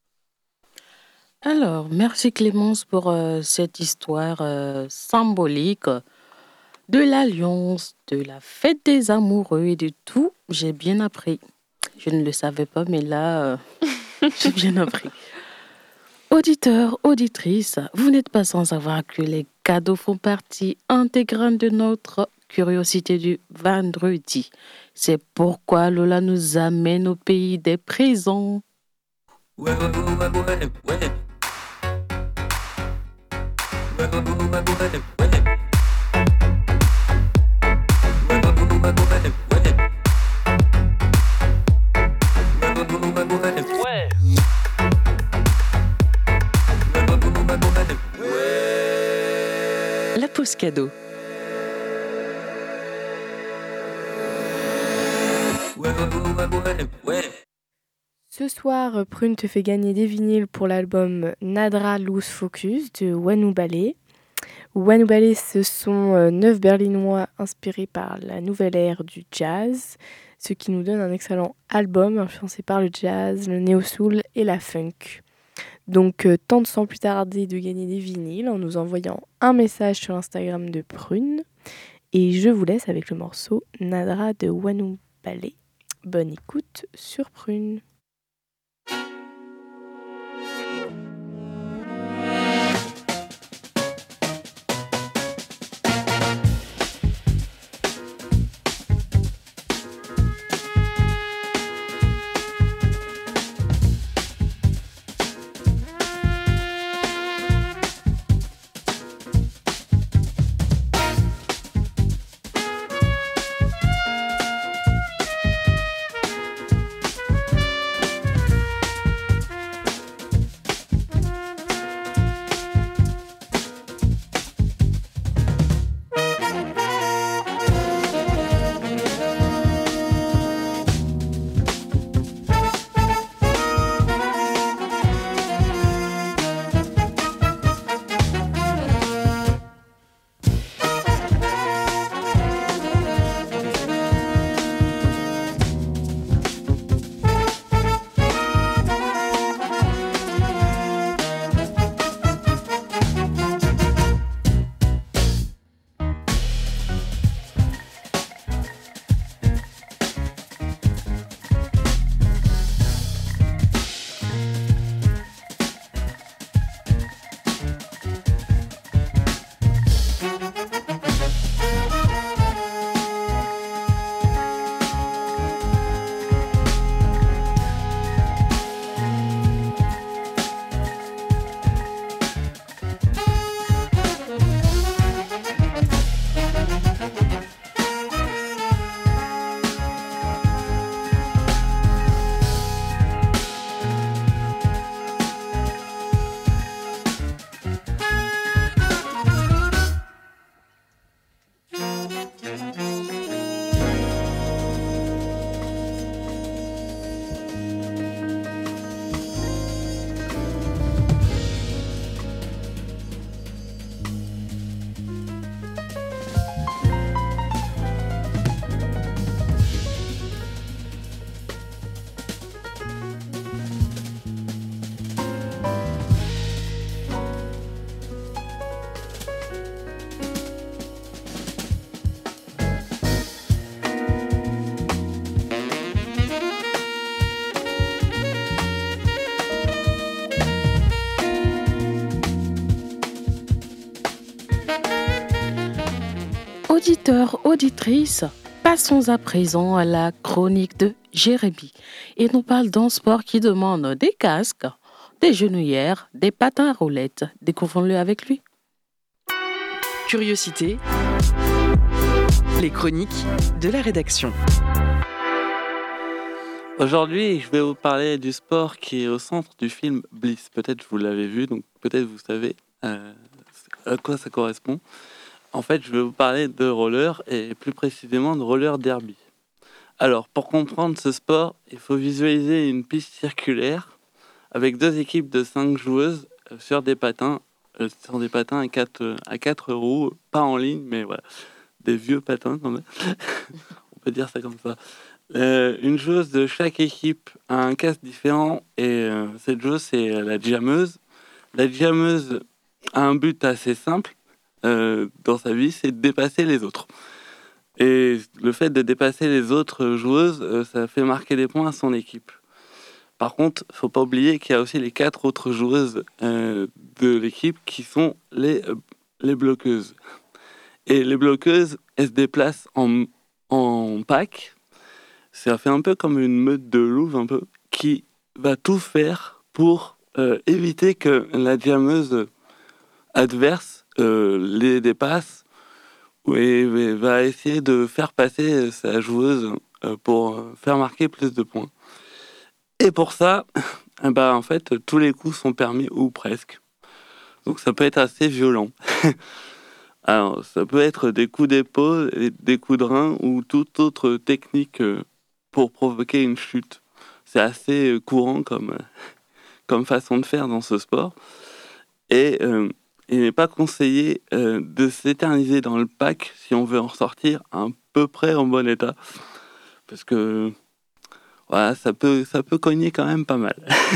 [SPEAKER 2] Alors, merci Clémence pour euh, cette histoire euh, symbolique de l'alliance, de la fête des amoureux et de tout. J'ai bien appris. Je ne le savais pas, mais là, euh, j'ai bien appris. Auditeurs, auditrices, vous n'êtes pas sans savoir que les cadeaux font partie intégrante de notre curiosité du vendredi. C'est pourquoi Lola nous amène au pays des présents.
[SPEAKER 4] Ouais, ouais, ouais, ouais, ouais, ouais. Ouais, ouais, ouais, ouais, ouais, ouais. Ouais, ouais, ouais, ouais, ouais, ouais.
[SPEAKER 1] La pause cadeau.
[SPEAKER 7] Ce soir, Prune te fait gagner des vinyles pour l'album Nadra Loose Focus de Wanoubale. Wanoubale, ce sont euh, neuf Berlinois inspirés par la nouvelle ère du jazz, ce qui nous donne un excellent album influencé par le jazz, le néo-soul et la funk. Donc, euh, tente sans plus tarder de gagner des vinyles en nous envoyant un message sur l'Instagram de Prune. Et je vous laisse avec le morceau Nadra de Wanoubale. Bonne écoute sur Prune.
[SPEAKER 2] Auditeurs, auditrices, passons à présent à la chronique de Jérémy. Il nous parle d'un sport qui demande des casques, des genouillères, des patins à roulettes. Découvrons-le avec lui.
[SPEAKER 1] Curiosité. Les chroniques de la rédaction.
[SPEAKER 8] Aujourd'hui, je vais vous parler du sport qui est au centre du film Bliss. Peut-être vous l'avez vu, donc peut-être vous savez euh, à quoi ça correspond. En fait, je vais vous parler de roller et plus précisément de roller derby. Alors, pour comprendre ce sport, il faut visualiser une piste circulaire avec deux équipes de cinq joueuses sur des patins, euh, sur des patins à quatre, à quatre roues, pas en ligne, mais voilà, des vieux patins quand même. On peut dire ça comme ça. Euh, une joueuse de chaque équipe a un casque différent et euh, cette joueuse, c'est la jammeuse. La jammeuse a un but assez simple euh, dans sa vie, c'est de dépasser les autres. Et le fait de dépasser les autres joueuses, euh, ça fait marquer des points à son équipe. Par contre, il ne faut pas oublier qu'il y a aussi les quatre autres joueuses euh, de l'équipe qui sont les, euh, les bloqueuses. Et les bloqueuses, elles se déplacent en, en pack. Ça fait un peu comme une meute de loups, un peu, qui va tout faire pour euh, éviter que la jammeuse adverse euh, les dépasse et va essayer de faire passer sa joueuse euh, pour faire marquer plus de points. Et pour ça, bah, en fait, tous les coups sont permis ou presque. Donc ça peut être assez violent. Alors, ça peut être des coups d'épaule, des coups de rein ou toute autre technique euh, pour provoquer une chute. C'est assez euh, courant comme, euh, comme façon de faire dans ce sport. Et euh, il n'est pas conseillé euh, de s'éterniser dans le pack si on veut en sortir à peu près en bon état. Parce que voilà, ça peut, ça peut cogner quand même pas mal.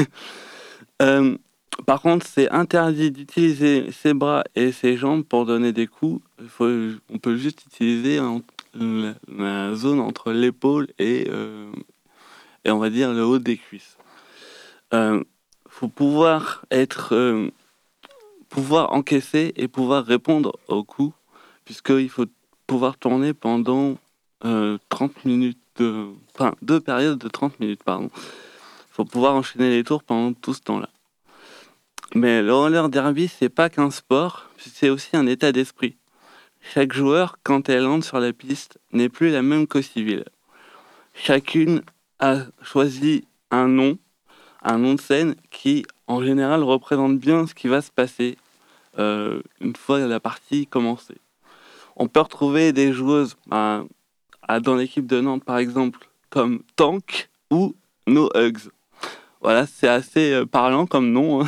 [SPEAKER 8] euh, par contre, c'est interdit d'utiliser ses bras et ses jambes pour donner des coups. Il faut, on peut juste utiliser un, la, la zone entre l'épaule et, euh, et on va dire le haut des cuisses. Il euh, faut pouvoir être... Euh, pouvoir encaisser et pouvoir répondre aux coups, puisqu'il faut pouvoir tourner pendant euh, trente minutes, de... enfin deux périodes de trente minutes, pardon. Il faut pouvoir enchaîner les tours pendant tout ce temps-là. Mais le roller derby, c'est pas qu'un sport, c'est aussi un état d'esprit. Chaque joueur, quand elle entre sur la piste, n'est plus la même qu'au civil. Chacune a choisi un nom, un nom de scène qui, en général, représente bien ce qui va se passer euh, une fois la partie commencée. On peut retrouver des joueuses euh, dans l'équipe de Nantes, par exemple, comme Tank ou No Hugs. Voilà, c'est assez euh, parlant comme nom. Hein.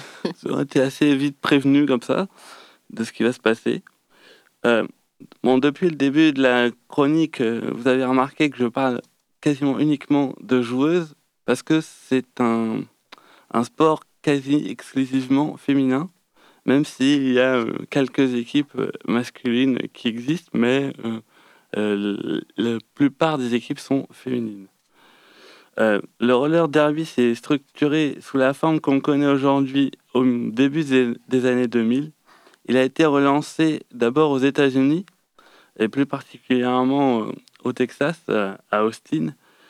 [SPEAKER 8] Tu es assez vite prévenu comme ça de ce qui va se passer. Euh, bon, depuis le début de la chronique, euh, vous avez remarqué que je parle quasiment uniquement de joueuses parce que c'est un, un sport quasi exclusivement féminin, même s'il y a euh, quelques équipes euh, masculines qui existent, mais euh, euh, la plupart des équipes sont féminines. Euh, le roller derby s'est structuré sous la forme qu'on connaît aujourd'hui au début des, des années deux mille. Il a été relancé d'abord aux États-Unis, et plus particulièrement euh, au Texas, à, à Austin,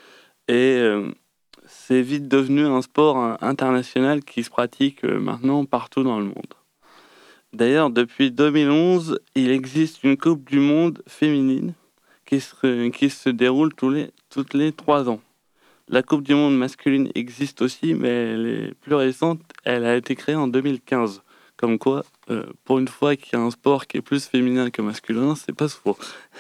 [SPEAKER 8] et euh, c'est vite devenu un sport euh, international qui se pratique euh, maintenant partout dans le monde. D'ailleurs, depuis deux mille onze, il existe une Coupe du Monde féminine qui se, qui se déroule tous les, toutes les trois ans. La Coupe du Monde masculine existe aussi, mais elle est plus récente. Elle a été créée en deux mille quinze. Comme quoi, euh, pour une fois qu'il y a un sport qui est plus féminin que masculin, c'est pas souvent.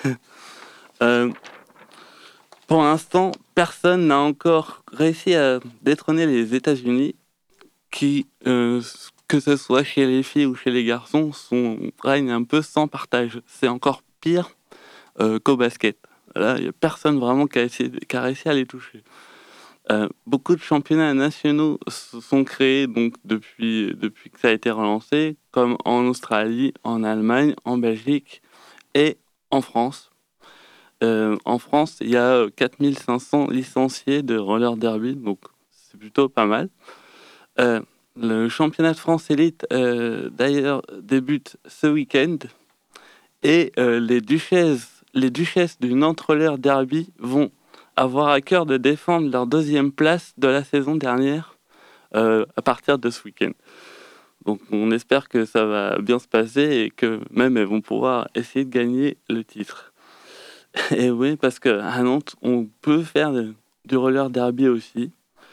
[SPEAKER 8] euh, pour l'instant, personne n'a encore réussi à détrôner les États-Unis, qui, euh, que ce soit chez les filles ou chez les garçons, sont, règnent un peu sans partage. C'est encore pire euh, qu'au basket. Là, il n'y a personne vraiment qui a, essayé, qui a réussi à les toucher. Euh, beaucoup de championnats nationaux se sont créés donc depuis, depuis que ça a été relancé, comme en Australie, en Allemagne, en Belgique et en France. Euh, en France, il y a quatre mille cinq cents licenciés de roller derby, donc c'est plutôt pas mal. Euh, le championnat de France élite, euh, d'ailleurs, débute ce week-end et euh, les duchesses, les duchesses du Nantes Roller Derby vont avoir à cœur de défendre leur deuxième place de la saison dernière euh, à partir de ce week-end. Donc on espère que ça va bien se passer et que même elles vont pouvoir essayer de gagner le titre. Et oui, parce qu'à Nantes, on peut faire de, du roller derby aussi.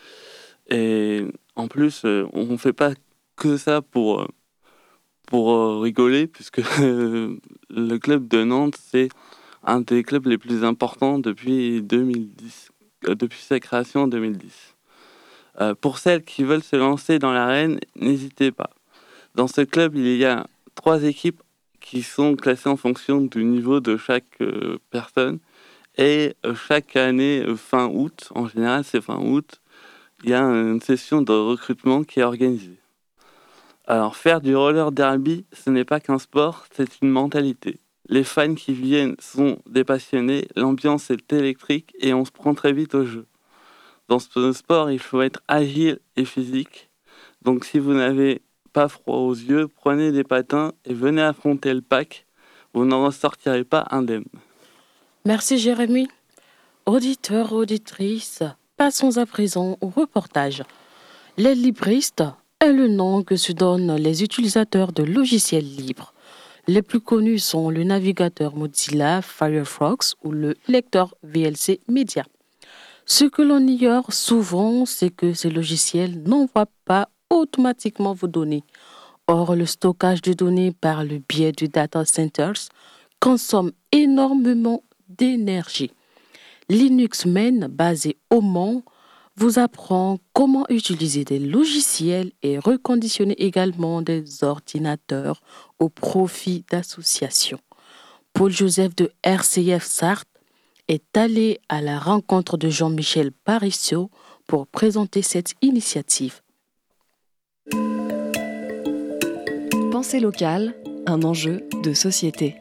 [SPEAKER 8] Et en plus, on ne fait pas que ça pour, pour rigoler, puisque le club de Nantes, c'est un des clubs les plus importants depuis deux mille dix, euh, depuis sa création en deux mille dix. Euh, pour celles qui veulent se lancer dans l'arène, n'hésitez pas. Dans ce club, il y a trois équipes qui sont classées en fonction du niveau de chaque euh, personne. Et euh, chaque année, euh, fin août, en général c'est fin août, il y a une session de recrutement qui est organisée. Alors faire du roller derby, ce n'est pas qu'un sport, c'est une mentalité. Les fans qui viennent sont des passionnés, l'ambiance est électrique et on se prend très vite au jeu. Dans ce sport, il faut être agile et physique. Donc si vous n'avez pas froid aux yeux, prenez des patins et venez affronter le pack. Vous n'en ressortirez pas indemne.
[SPEAKER 2] Merci Jérémy. Auditeurs, auditrices, passons à présent au reportage. Les libristes est le nom que se donnent les utilisateurs de logiciels libres. Les plus connus sont le navigateur Mozilla Firefox ou le lecteur V L C Media. Ce que l'on ignore souvent, c'est que ces logiciels n'envoient pas automatiquement vos données. Or, le stockage de données par le biais du data centers consomme énormément d'énergie. Linux Mint, basé au Mans, vous apprend comment utiliser des logiciels et reconditionner également des ordinateurs au profit d'associations. Paul-Joseph de R C F Sarthe est allé à la rencontre de Jean-Michel Parizeau pour présenter cette initiative.
[SPEAKER 1] Pensée locale, un enjeu de société.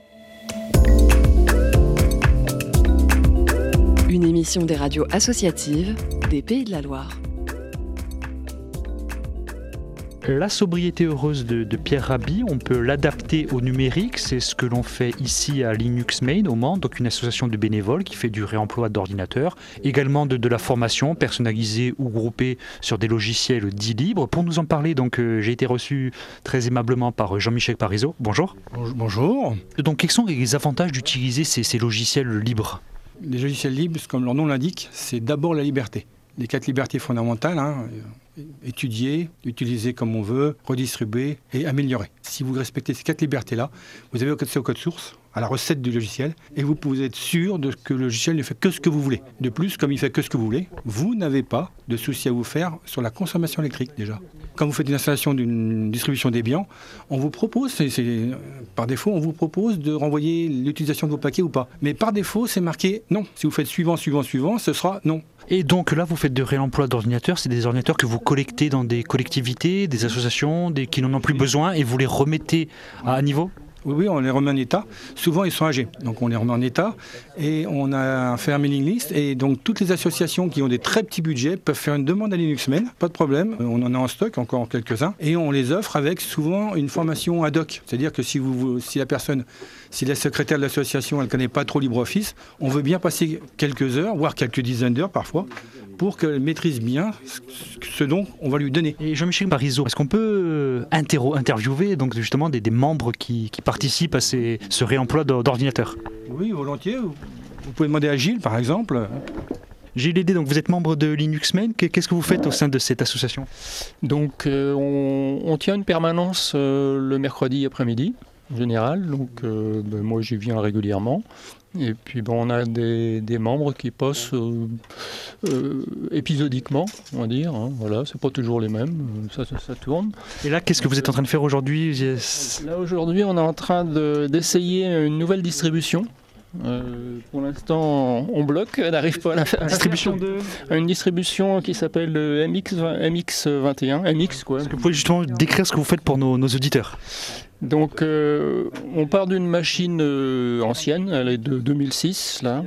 [SPEAKER 1] Une émission des radios associatives des Pays de la Loire.
[SPEAKER 9] La sobriété heureuse de, de Pierre Rabhi, on peut l'adapter au numérique. C'est ce que l'on fait ici à Linux Mint au Mans, donc une association de bénévoles qui fait du réemploi d'ordinateurs, également de, de la formation personnalisée ou groupée sur des logiciels dits libres. Pour nous en parler, donc, euh, j'ai été reçu très aimablement par Jean-Michel Parizeau. Bonjour.
[SPEAKER 10] Bonjour.
[SPEAKER 9] Donc, quels sont les avantages d'utiliser ces, ces logiciels libres ?
[SPEAKER 10] Les logiciels libres, comme leur nom l'indique, c'est d'abord la liberté. Les quatre libertés fondamentales, hein, étudier, utiliser comme on veut, redistribuer et améliorer. Si vous respectez ces quatre libertés-là, vous avez accès au code source, à la recette du logiciel, et vous pouvez être sûr de que le logiciel ne fait que ce que vous voulez. De plus, comme il fait que ce que vous voulez, vous n'avez pas de souci à vous faire sur la consommation électrique déjà. Quand vous faites une installation d'une distribution Debian, on vous propose, c'est, c'est, par défaut, on vous propose de renvoyer l'utilisation de vos paquets ou pas. Mais par défaut, c'est marqué non. Si vous faites suivant, suivant, suivant, ce sera non.
[SPEAKER 9] Et donc là, vous faites de réemploi d'ordinateurs, c'est des ordinateurs que vous collectez dans des collectivités, des associations, des, qui n'en ont plus besoin, et vous les remettez à niveau ?
[SPEAKER 10] Oui, oui, on les remet en état. Souvent, ils sont âgés. Donc, on les remet en état et on a fait un mailing list. Et donc, toutes les associations qui ont des très petits budgets peuvent faire une demande à Linux Mint. Pas de problème. On en a en stock, encore quelques-uns. Et on les offre avec souvent une formation ad hoc. C'est-à-dire que si, vous, si la personne, si la secrétaire de l'association, elle ne connaît pas trop LibreOffice, on veut bien passer quelques heures, voire quelques dizaines d'heures parfois, pour qu'elle maîtrise bien ce dont on va lui donner.
[SPEAKER 9] Et Jean-Michel Parizeau, est-ce qu'on peut interro- interviewer donc justement des, des membres qui, qui participent à ces, ce réemploi d'ordinateurs ?
[SPEAKER 10] Oui, volontiers. Vous pouvez demander à Gilles, par exemple.
[SPEAKER 9] Gilles Lédé, donc vous êtes membre de Linux Mint. Qu'est-ce que vous faites au sein de cette association ?
[SPEAKER 11] Donc, euh, on, on tient une permanence euh, le mercredi après-midi, en général. Donc, euh, ben, moi, j'y viens régulièrement. Et puis bon, on a des, des membres qui passent euh, euh, épisodiquement, on va dire. Hein, voilà, c'est pas toujours les mêmes, ça, ça, ça tourne.
[SPEAKER 9] Et là, qu'est-ce que vous êtes en train de faire aujourd'hui ?
[SPEAKER 11] Là aujourd'hui, on est en train de, d'essayer une nouvelle distribution. Euh, pour l'instant, on bloque, on n'arrive pas à la faire.
[SPEAKER 9] Distribution de...
[SPEAKER 11] Une distribution qui s'appelle M X vingt et un, M X quoi.
[SPEAKER 9] Est-ce que vous pouvez justement décrire ce que vous faites pour nos, nos auditeurs ?
[SPEAKER 11] Donc, euh, on part d'une machine euh, ancienne, elle est de deux mille six, là.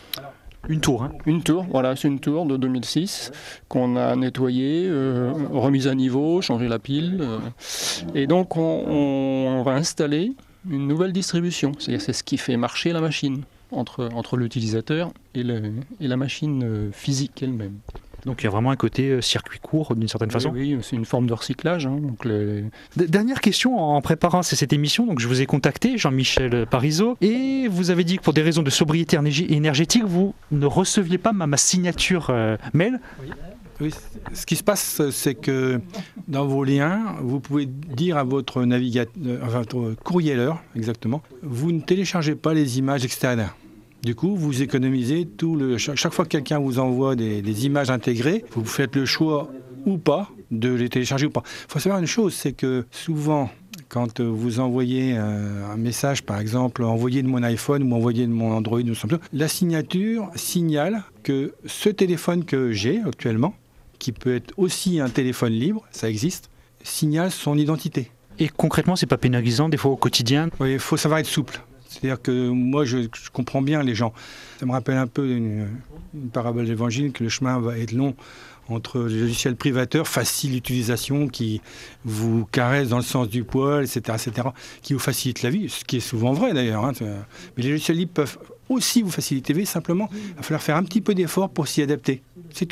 [SPEAKER 9] Une tour, hein ?
[SPEAKER 11] Une tour, voilà, c'est une tour de deux mille six qu'on a nettoyée, euh, remise à niveau, changé la pile. Euh, et donc, on, on, on va installer une nouvelle distribution. C'est-à-dire, c'est ce qui fait marcher la machine entre, entre l'utilisateur et, le, et la machine physique elle-même.
[SPEAKER 9] Donc il y a vraiment un côté circuit court d'une certaine façon.
[SPEAKER 11] Oui, oui, c'est une forme de recyclage. Hein, donc les...
[SPEAKER 9] Dernière question en préparant cette émission, donc je vous ai contacté, Jean-Michel Parizeau, et vous avez dit que pour des raisons de sobriété énergétique, vous ne receviez pas ma, ma signature euh, mail.
[SPEAKER 10] Oui. Oui, ce qui se passe, c'est que dans vos liens, vous pouvez dire à votre navigateur, à votre courrieleur, exactement, vous ne téléchargez pas les images externes. Du coup, vous économisez tout le. Chaque, chaque fois que quelqu'un vous envoie des, des images intégrées, vous faites le choix ou pas de les télécharger ou pas. Il faut savoir une chose, c'est que souvent, quand vous envoyez un message, par exemple, envoyé de mon iPhone ou envoyé de mon Android ou Samsung, la signature signale que ce téléphone que j'ai actuellement, qui peut être aussi un téléphone libre, ça existe, signale son identité.
[SPEAKER 9] Et concrètement, c'est pas pénalisant des fois au quotidien ?
[SPEAKER 10] Oui, il faut savoir être souple. C'est-à-dire que moi, je, je comprends bien les gens. Ça me rappelle un peu une, une parabole d'évangile, que le chemin va être long entre les logiciels privateurs, facile d'utilisation, qui vous caressent dans le sens du poil, et cetera, et cetera, qui vous facilitent la vie, ce qui est souvent vrai d'ailleurs. Hein. Mais les logiciels libres peuvent aussi vous faciliter la vie, simplement, il va falloir faire un petit peu d'effort pour s'y adapter. C'est tout.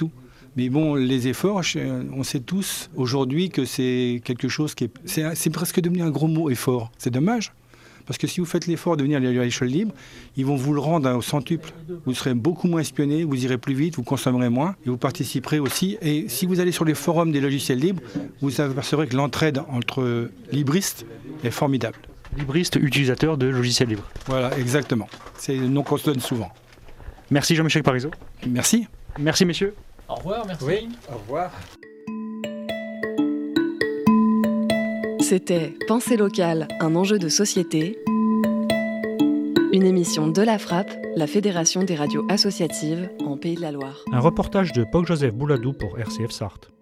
[SPEAKER 10] Mais bon, les efforts, on sait tous aujourd'hui que c'est quelque chose qui est... C'est, c'est presque devenu un gros mot, effort. C'est dommage. Parce que si vous faites l'effort de venir à l'échelle libre, ils vont vous le rendre au centuple. Vous serez beaucoup moins espionné, vous irez plus vite, vous consommerez moins et vous participerez aussi. Et si vous allez sur les forums des logiciels libres, vous apercevrez que l'entraide entre libristes est formidable.
[SPEAKER 9] Libriste, utilisateur de logiciels libres.
[SPEAKER 10] Voilà, exactement. C'est le nom qu'on se donne souvent.
[SPEAKER 9] Merci Jean-Michel Parizeau.
[SPEAKER 10] Merci.
[SPEAKER 9] Merci messieurs.
[SPEAKER 11] Au revoir, merci.
[SPEAKER 10] Oui, au revoir.
[SPEAKER 1] C'était Pensée locale, un enjeu de société. Une émission de la Frappe, la Fédération des radios associatives en Pays de la Loire.
[SPEAKER 9] Un reportage de Pog-Joseph Bouladou pour R C F Sarthe.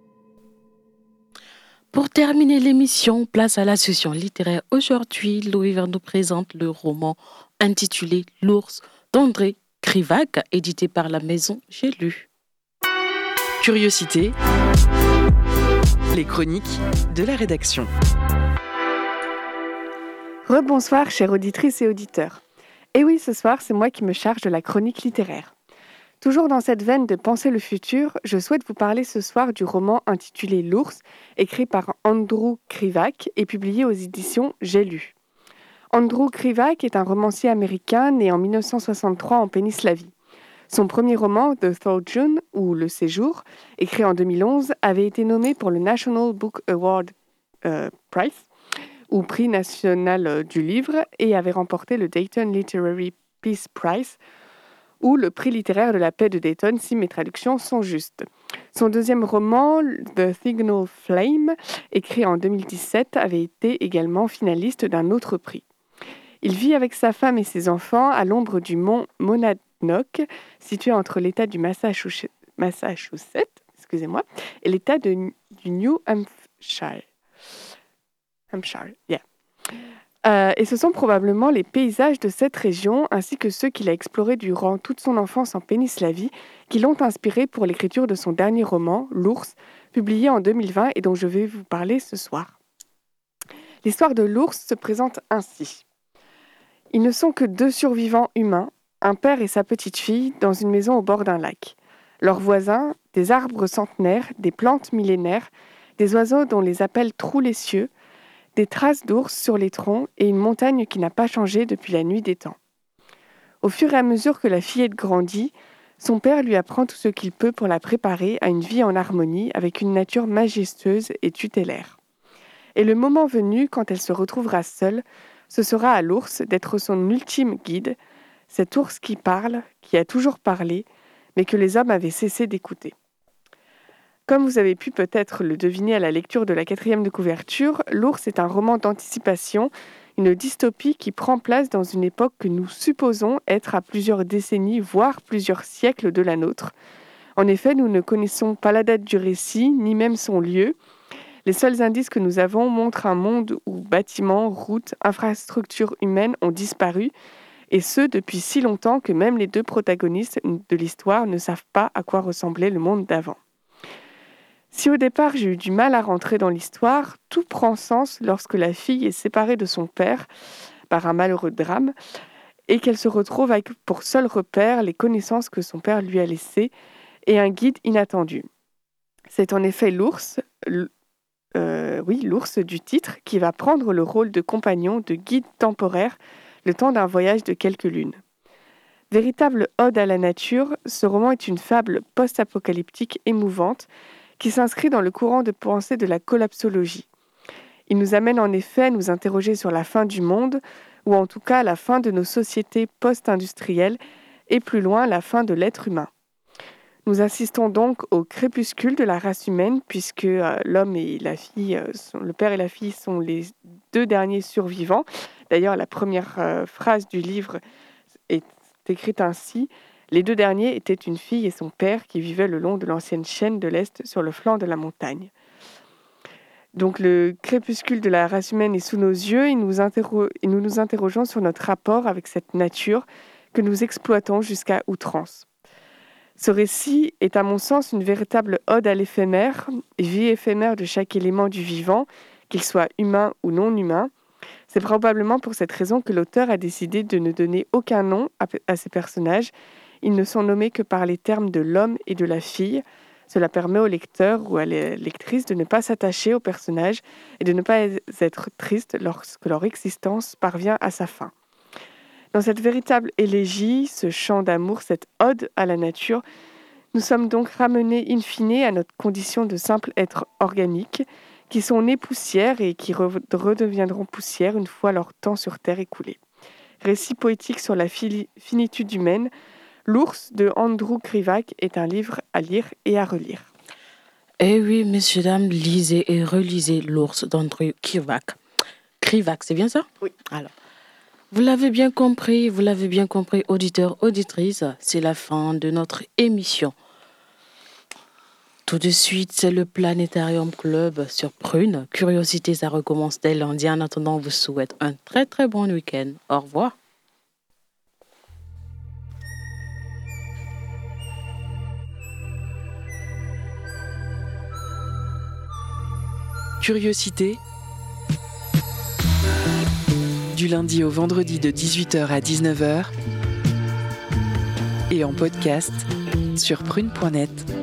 [SPEAKER 2] Pour terminer l'émission, place à la session littéraire. Aujourd'hui, Louis Vert nous présente le roman intitulé L'ours d'André Krivac, édité par la maison J'ai lu.
[SPEAKER 1] Curiosité, les chroniques de la rédaction.
[SPEAKER 5] Rebonsoir, chères auditrices et auditeurs. Et oui, ce soir, c'est moi qui me charge de la chronique littéraire. Toujours dans cette veine de penser le futur, je souhaite vous parler ce soir du roman intitulé L'ours, écrit par Andrew Krivac et publié aux éditions J'ai lu. Andrew Krivac est un romancier américain né en dix-neuf cent soixante-trois en Pénislavie. Son premier roman, The Sojourn, ou Le Séjour, écrit en deux mille onze, avait été nommé pour le National Book Award euh, Prize, ou prix national du livre, et avait remporté le Dayton Literary Peace Prize, ou le prix littéraire de la paix de Dayton, si mes traductions sont justes. Son deuxième roman, The Signal Flame, écrit en deux mille dix-sept, avait été également finaliste d'un autre prix. Il vit avec sa femme et ses enfants à l'ombre du mont Monadnock, situé entre l'État du Massachusetts, Massachusetts excusez-moi, et l'État de, du New Hampshire. Hampshire, yeah. Euh, et ce sont probablement les paysages de cette région, ainsi que ceux qu'il a explorés durant toute son enfance en Pénislavie, qui l'ont inspiré pour l'écriture de son dernier roman, L'ours, publié en deux mille vingt et dont je vais vous parler ce soir. L'histoire de l'ours se présente ainsi. Ils ne sont que deux survivants humains, un père et sa petite fille, dans une maison au bord d'un lac. Leurs voisins, des arbres centenaires, des plantes millénaires, des oiseaux dont les appels trouent les cieux, des traces d'ours sur les troncs et une montagne qui n'a pas changé depuis la nuit des temps. Au fur et à mesure que la fillette grandit, son père lui apprend tout ce qu'il peut pour la préparer à une vie en harmonie avec une nature majestueuse et tutélaire. Et le moment venu, quand elle se retrouvera seule, ce sera à l'ours d'être son ultime guide, cet ours qui parle, qui a toujours parlé, mais que les hommes avaient cessé d'écouter. Comme vous avez pu peut-être le deviner à la lecture de la quatrième de couverture, L'ours est un roman d'anticipation, une dystopie qui prend place dans une époque que nous supposons être à plusieurs décennies, voire plusieurs siècles de la nôtre. En effet, nous ne connaissons pas la date du récit, ni même son lieu. Les seuls indices que nous avons montrent un monde où bâtiments, routes, infrastructures humaines ont disparu, et ce depuis si longtemps que même les deux protagonistes de l'histoire ne savent pas à quoi ressemblait le monde d'avant. Si au départ j'ai eu du mal à rentrer dans l'histoire, tout prend sens lorsque la fille est séparée de son père par un malheureux drame et qu'elle se retrouve avec pour seul repère les connaissances que son père lui a laissées et un guide inattendu. C'est en effet l'ours, euh, oui, l'ours du titre, qui va prendre le rôle de compagnon, de guide temporaire, le temps d'un voyage de quelques lunes. Véritable ode à la nature, ce roman est une fable post-apocalyptique émouvante qui s'inscrit dans le courant de pensée de la collapsologie. Il nous amène en effet à nous interroger sur la fin du monde, ou en tout cas la fin de nos sociétés post-industrielles, et plus loin la fin de l'être humain. Nous assistons donc au crépuscule de la race humaine, puisque euh, l'homme et la fille, euh, sont, le père et la fille sont les deux derniers survivants. D'ailleurs, la première euh, phrase du livre est écrite ainsi. Les deux derniers étaient une fille et son père qui vivaient le long de l'ancienne chaîne de l'Est sur le flanc de la montagne. Donc le crépuscule de la race humaine est sous nos yeux et nous, interro- et nous nous interrogeons sur notre rapport avec cette nature que nous exploitons jusqu'à outrance. Ce récit est à mon sens une véritable ode à l'éphémère, vie éphémère de chaque élément du vivant, qu'il soit humain ou non humain. C'est probablement pour cette raison que l'auteur a décidé de ne donner aucun nom à, à ces personnages. Ils ne sont nommés que par les termes de l'homme et de la fille, Cela permet au lecteur ou à la lectrice de ne pas s'attacher aux personnages et de ne pas être triste lorsque leur existence parvient à sa fin. Dans cette véritable élégie, ce chant d'amour, cette ode à la nature, nous sommes donc ramenés in fine à notre condition de simple être organique, qui sont nés poussière et qui re- redeviendront poussière une fois leur temps sur Terre écoulé. Récit poétique sur la fili- finitude humaine, L'ours de Andrew Krivak est un livre à lire et à relire.
[SPEAKER 2] Eh oui, messieurs, dames, lisez et relisez L'ours d'Andrew Krivak. Krivak, c'est bien ça?
[SPEAKER 5] Oui.
[SPEAKER 2] Alors, vous l'avez bien compris, vous l'avez bien compris, auditeurs, auditrices, c'est la fin de notre émission. Tout de suite, c'est le Planétarium Club sur Prune. Curiosité, ça recommence dès lundi. En attendant, on vous souhaite un très très bon week-end. Au revoir.
[SPEAKER 1] Curiosité. Du lundi au vendredi de dix-huit heures à dix-neuf heures. Et en podcast sur prune point net.